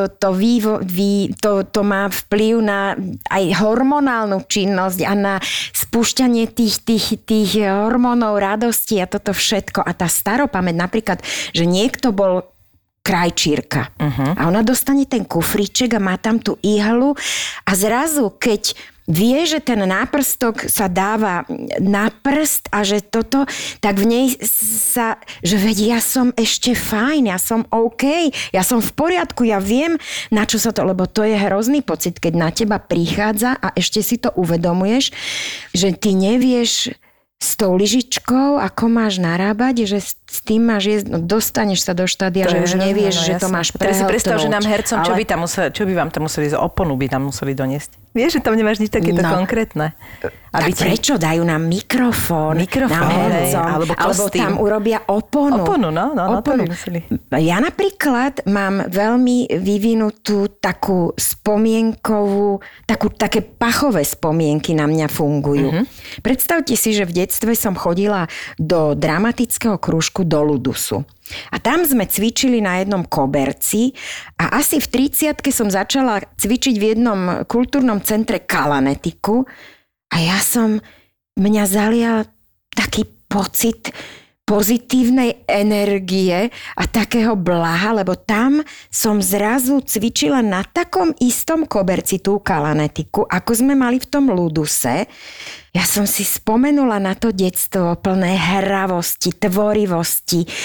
to má vplyv na aj hormonálnu činnosť a na spúšťanie tých hormónov radosti a toto všetko. A tá staropamäť, napríklad, že niekto bol krajčírka a ona dostane ten kufríček a má tam tú ihlu a zrazu, keď vie, že ten náprstok sa dáva na prst a že toto, tak v nej sa, že veď ja som ešte fajn, ja som OK, ja som v poriadku, ja viem, na čo sa to, lebo to je hrozný pocit, keď na teba prichádza a ešte si to uvedomuješ, že ty nevieš s tou lyžičkou, ako máš narábať, že s tým máš jesť, no dostaneš sa do štádia, že už nevieš, že to máš prehltnúť. Teraz si predstav, že nám hercom, čo by vám tam museli, oponu by tam museli doniesť. Vieš, že tam nemáš nič takéto konkrétne. Tak prečo dajú nám mikrofón nám hercom, alebo tam urobia oponu. Oponu, no, to by museli. Ja napríklad mám veľmi vyvinutú takú spomienkovú, také pachové spomienky na mňa fungujú. Predstavte si, že v detstve som chodila do dramatického krúžku do Ludusu. A tam sme cvičili na jednom koberci a asi v 30-ke som začala cvičiť v jednom kultúrnom centre kalanetiku a mňa zalial taký pocit pozitívnej energie a takého blaha, lebo tam som zrazu cvičila na takom istom koberci tú kalanetiku, ako sme mali v tom Luduse. Ja som si spomenula na to detstvo plné hravosti, tvorivosti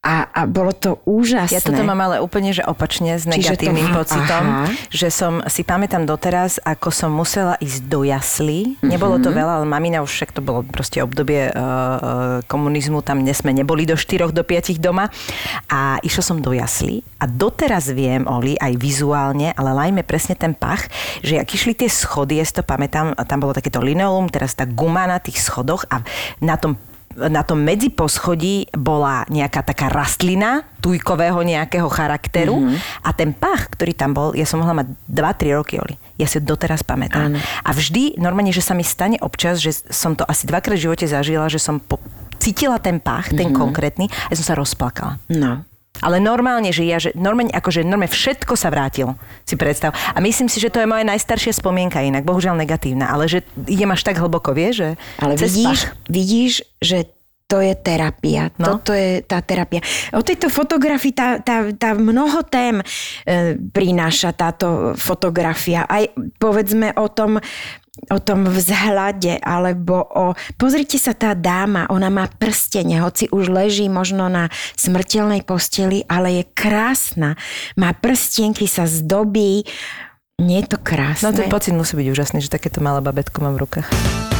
A bolo to úžasné. Ja toto mám ale úplne, že opačne s negatívnym pocitom, že som si pamätám doteraz, ako som musela ísť do jaslí. Nebolo to veľa, ale mamina už však to bolo proste obdobie komunizmu, tam sme neboli do 4, do 5 doma a išla som do jaslí a doteraz viem, Oli, aj vizuálne, ale lajme presne ten pach, že ak išli tie schody, ja si to pamätám, tam bolo takéto linoleum, teraz tá guma na tých schodoch a na tom medziposchodí bola nejaká taká rastlina tujkového nejakého charakteru a ten pach, ktorý tam bol, ja som mohla mať 2-3 roky, Oli. Ja si doteraz pamätám. A vždy, normálne, že sa mi stane občas, že som to asi 2-krát v živote zažila, že som cítila ten pach, ten konkrétny a som sa rozplakala. No. Ale normálne, že normálne všetko sa vrátilo, si predstav. A myslím si, že to je moja najstaršia spomienka inak, bohužiaľ negatívna, ale že idem až tak hlboko, vieš, že... Ale vidíš, že to je terapia. No? Toto je tá terapia. O tejto fotografii tá mnoho tém prináša táto fotografia. Aj povedzme o tom vzhľade, alebo pozrite sa, tá dáma, ona má prstene, hoci už leží možno na smrteľnej posteli, ale je krásna. Má prstienky, sa zdobí. Nie je to krásne? No ten pocit musí byť úžasný, že takéto malé babetko mám v rukách.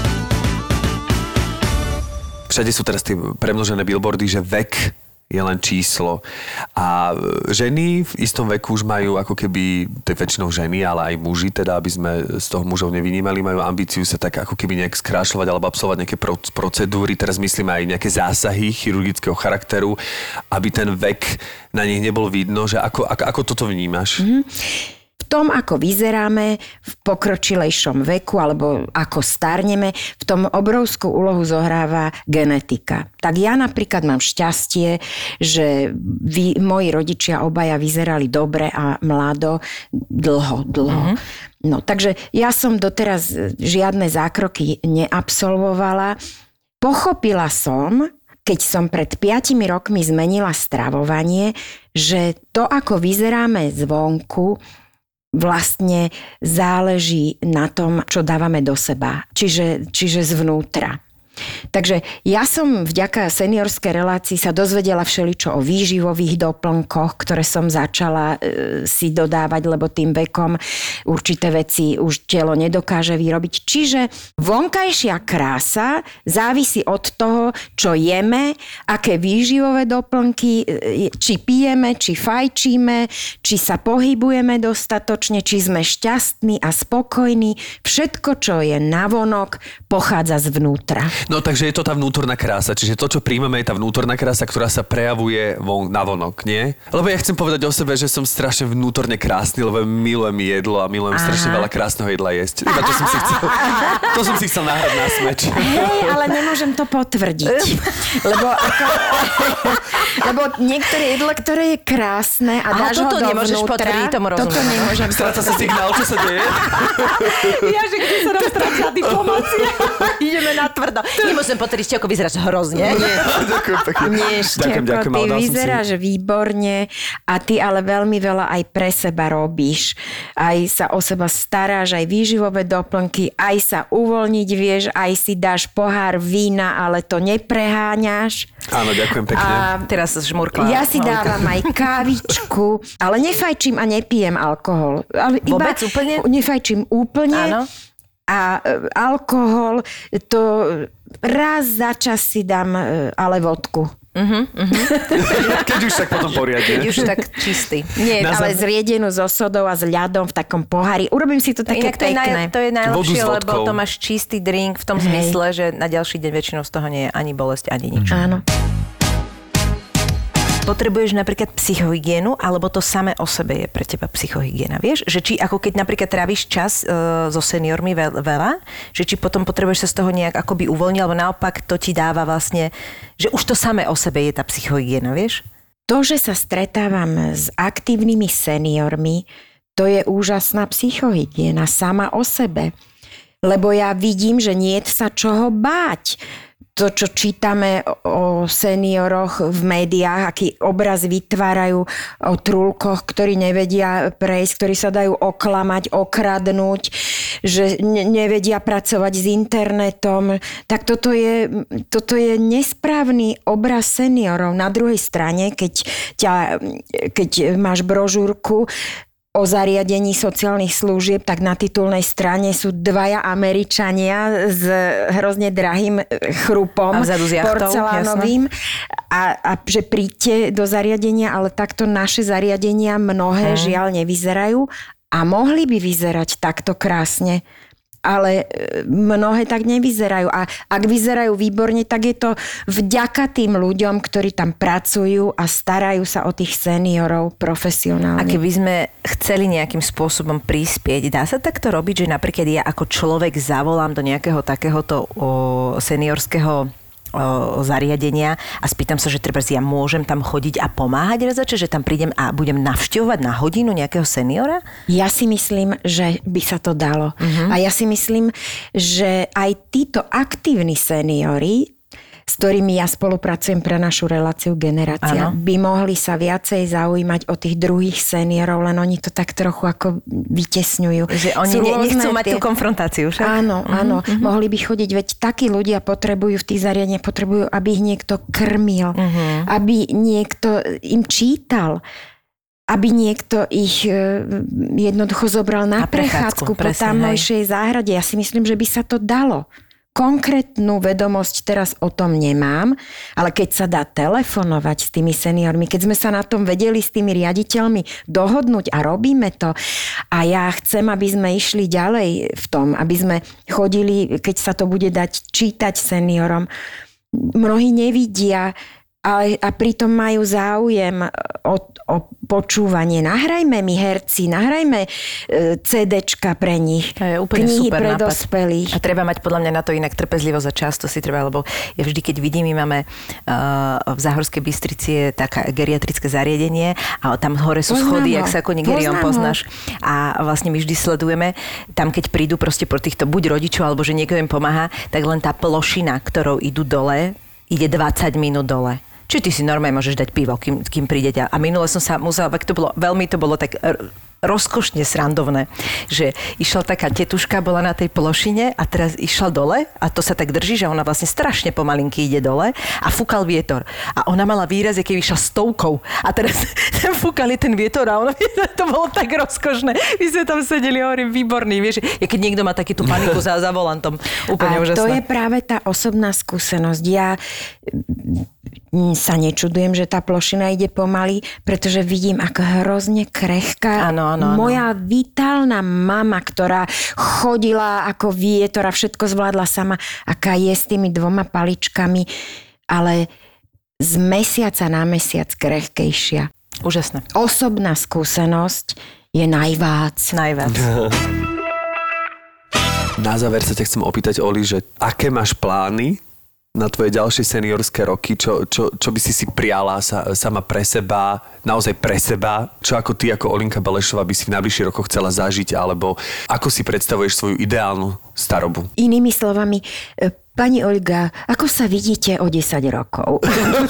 Všade sú teraz tie premnožené billboardy, že vek je len číslo. A ženy v istom veku už majú ako keby, to je väčšinou ženy, ale aj muži, teda aby sme z toho mužov nevynímali, majú ambíciu sa tak ako keby nejak skrášľovať alebo absolvovať nejaké procedúry, teraz myslím aj nejaké zásahy chirurgického charakteru, aby ten vek na nich nebol vidno, že ako toto vnímaš? V tom, ako vyzeráme v pokročilejšom veku alebo ako starneme, v tom obrovskú úlohu zohráva genetika. Tak ja napríklad mám šťastie, že moji rodičia obaja vyzerali dobre a mlado, dlho. No, takže ja som doteraz žiadne zákroky neabsolvovala. Pochopila som, keď som pred 5 rokmi zmenila stravovanie, že to, ako vyzeráme zvonku, vlastne záleží na tom, čo dávame do seba. Čiže zvnútra. Takže ja som vďaka seniorskej relácii sa dozvedela všeličo o výživových doplnkoch, ktoré som začala si dodávať, lebo tým vekom určité veci už telo nedokáže vyrobiť. Čiže vonkajšia krása závisí od toho, čo jeme, aké výživové doplnky, či pijeme, či fajčíme, či sa pohybujeme dostatočne, či sme šťastní a spokojní. Všetko, čo je navonok, pochádza zvnútra. No takže je to tá vnútorná krása, čiže to, čo príjmeme, je tá vnútorná krása, ktorá sa prejavuje navonok, nie? Lebo ja chcem povedať o sebe, že som strašne vnútorne krásny, lebo milujem jedlo a milujem strašne veľa krásneho jedla jesť. Iba to som si chcel nahrať na smeč. Hej, ale nemôžem to potvrdiť. Lebo niektoré jedlo, ktoré je krásne a dáš ho dovnútra. Nemôžeš potvrdiť, tomu rozumiem. Toto nemôžem Stráca sa signál, čo sa deje? Ja, že kde sa roztráca diplomácia. Ideme na tvrdo. Nemôžem potvrdiť, ako vyzeráš hrozne. Ďakujem pekne. Nie, Štefko, ty vyzeráš výborne a ty ale veľmi veľa aj pre seba robíš. Aj sa o seba staráš, aj výživové doplnky, aj sa uvoľniť vieš, aj si dáš pohár vína, ale to nepreháňaš. Áno, ďakujem pekne. A teraz žmurkla. Ja si dávam aj kávičku, ale nefajčím a nepijem alkohol. Ale vôbec úplne? Nefajčím úplne. Áno. A alkohol, to raz za čas si dám ale vodku. Keď už tak potom poriadne. Keď už tak čistý. Nie, ale zriedenú so sodou a s ľadom v takom pohári. Urobím si to také pekné. To je najlepšie, lebo to máš čistý drink v tom zmysle, že na ďalší deň väčšinou z toho nie je ani bolesť, ani nič. Áno. Potrebuješ napríklad psychohygienu, alebo to samé o sebe je pre teba psychohygiena, vieš? Že či ako keď napríklad tráviš čas so seniormi veľa, že či potom potrebuješ sa z toho nejak akoby uvoľniť, alebo naopak to ti dáva vlastne, že už to samé o sebe je tá psychohygiena, vieš? To, že sa stretávam s aktívnymi seniormi, to je úžasná psychohygiena sama o sebe. Lebo ja vidím, že nie je sa čoho báť. To, čo čítame o senioroch v médiách, aký obraz vytvárajú o trúlkoch, ktorí nevedia prejsť, ktorí sa dajú oklamať, okradnúť, že nevedia pracovať s internetom. Tak toto je nesprávny obraz seniorov. Na druhej strane, keď máš brožúrku o zariadení sociálnych služieb, tak na titulnej strane sú dvaja Američania s hrozne drahým chrupom, porcelánovým a že príďte do zariadenia, ale takto naše zariadenia mnohé žiaľ nevyzerajú a mohli by vyzerať takto krásne. Ale mnohé tak nevyzerajú. A ak vyzerajú výborne, tak je to vďaka tým ľuďom, ktorí tam pracujú a starajú sa o tých seniorov profesionálne. A keby sme chceli nejakým spôsobom prispieť, dá sa takto robiť, že napríklad ja ako človek zavolám do nejakého takéhoto seniorského zariadenia a spýtam sa, že treba ja môžem tam chodiť a pomáhať rezače, že tam prídem a budem navštevovať na hodinu nejakého seniora? Ja si myslím, že by sa to dalo. A ja si myslím, že aj títo aktívni seniori, s ktorými ja spolupracujem pre našu reláciu Generácia, by mohli sa viacej zaujímať o tých druhých seniorov, len oni to tak trochu ako vytesňujú. Že oni nechcú mať tú konfrontáciu, však? Áno. Mohli by chodiť, veď takí ľudia potrebujú v tých zariadeniach, potrebujú, aby ich niekto krmil, aby niekto im čítal, aby niekto ich jednoducho zobral na prechádzku po tamojšej záhrade. Ja si myslím, že by sa to dalo. Konkrétnu vedomosť teraz o tom nemám, ale keď sa dá telefonovať s tými seniormi, keď sme sa na tom vedeli s tými riaditeľmi dohodnúť a robíme to a ja chcem, aby sme išli ďalej v tom, aby sme chodili, keď sa to bude dať čítať seniorom. Mnohí nevidia a pritom majú záujem o počúvanie. Nahrajme mi herci, nahrajme CDčka pre nich. To je úplne knihy super pre nápad. dospelých. A treba mať podľa mňa na to inak trpezlivosť a často si treba, lebo ja vždy, keď vidím, my máme v Záhorskej Bystrici je také geriatrické zariadenie a tam hore sú schody, jak sa ako Nigeriom poznáš. A vlastne my vždy sledujeme, tam keď prídu proste pro týchto buď rodičov, alebo že niekto im pomáha, tak len tá plošina, ktorou idú dole, ide 20 minút dole. Či ty si normálne môžeš dať pivo, kým prídete. A minule som sa musela, veľmi to bolo tak rozkošne srandovné, že išla taká tetuška, bola na tej plošine a teraz išla dole a to sa tak drží, že ona vlastne strašne pomalinky ide dole a fúkal vietor. A ona mala výraz, keď išla 100 a teraz fúkali ten vietor a ona, to bolo tak rozkošné. My sme tam sedeli, hovorím, výborný, vieš, keď niekto má taký tú paniku za volantom, úplne úžasné. A to je práve tá osobná skúsenosť. Ja sa nečudujem, že tá plošina ide pomaly, pretože vidím, ako hrozne krehká. Áno. Moja vitálna mama, ktorá chodila ako vietor a všetko zvládla sama, aká je s tými 2 paličkami, ale z mesiaca na mesiac krehkejšia. Úžasné. Osobná skúsenosť je najvác. Na záver sa ťa chcem opýtať, Oli, že aké máš plány na tvoje ďalšie seniorské roky, čo by si priala sama pre seba, naozaj pre seba, čo ako ty, ako Olinka Belešová by si v najbližších rokoch chcela zažiť, alebo ako si predstavuješ svoju ideálnu starobu? Inými slovami, pani Olga, ako sa vidíte o 10 rokov?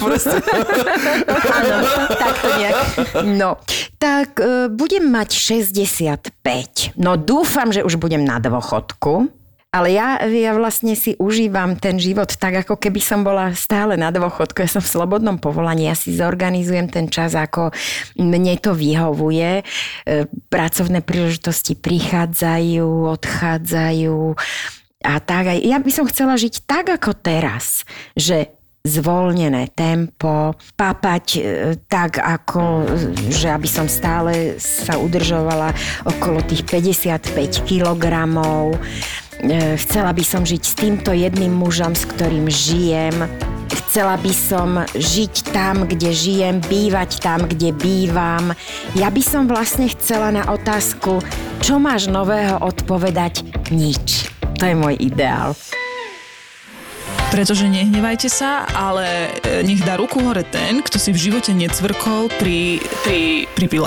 Áno, takto nejak. No, tak budem mať 65. No dúfam, že už budem na dôchodku. Ale ja vlastne si užívam ten život tak, ako keby som bola stále na dôchodku. Ja som v slobodnom povolaní, ja si zorganizujem ten čas, ako mne to vyhovuje. Pracovné príležitosti prichádzajú, odchádzajú a tak. Ja by som chcela žiť tak, ako teraz, že zvolnené tempo, papať tak ako, že aby som stále sa udržovala okolo tých 55 kilogramov. Chcela by som žiť s týmto jedným mužom, s ktorým žijem. Chcela by som žiť tam, kde žijem, bývať tam, kde bývam. Ja by som vlastne chcela na otázku, čo máš nového, odpovedať nič. To je môj ideál. Pretože nehnevajte sa, ale nech dá ruku hore ten, kto si v živote necvrkol pri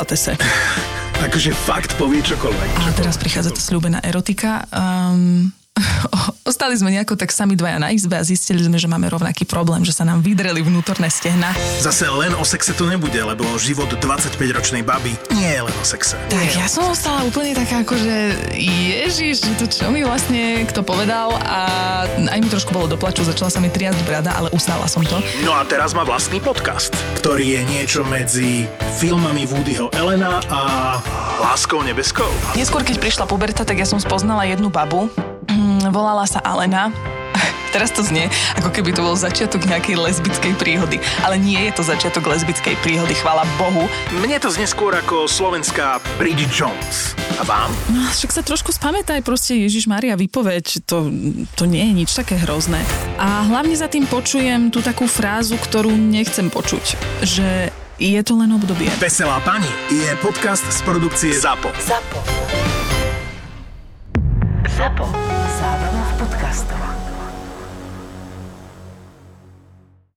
pilatese. Akože fakt povie čokoľvek. A teraz prichádza tá sľúbená erotika. Ostali sme nejako tak sami dvaja na izbe a zistili sme, že máme rovnaký problém, že sa nám vydreli vnútorné stehna. Zase len o sexe to nebude, lebo život 25-ročnej baby nie je len o sexe. Tak ja som ostala úplne taká ako, že ježiš, že to čo mi vlastne kto povedal a aj mi trošku bolo do plaču, začala sa mi triasť brada, ale ustála som to. No a teraz má vlastný podcast, ktorý je niečo medzi filmami Woodyho Allena a Láskou nebeskou. Neskôr, keď prišla puberta, tak ja som spoznala jednu babu. Volala sa Alena. Teraz to znie, ako keby to bol začiatok nejakej lesbickej príhody. Ale nie je to začiatok lesbickej príhody, chvála Bohu. Mne to znie skôr ako slovenská Bridget Jones. A vám? No, však sa trošku spamätaj, proste Ježišmária, výpoveď, to nie je nič také hrozné. A hlavne za tým počujem tú takú frázu, ktorú nechcem počuť, že je to len obdobie. Veselá pani je podcast z produkcie ZAPO. ZAPO. ZAPO.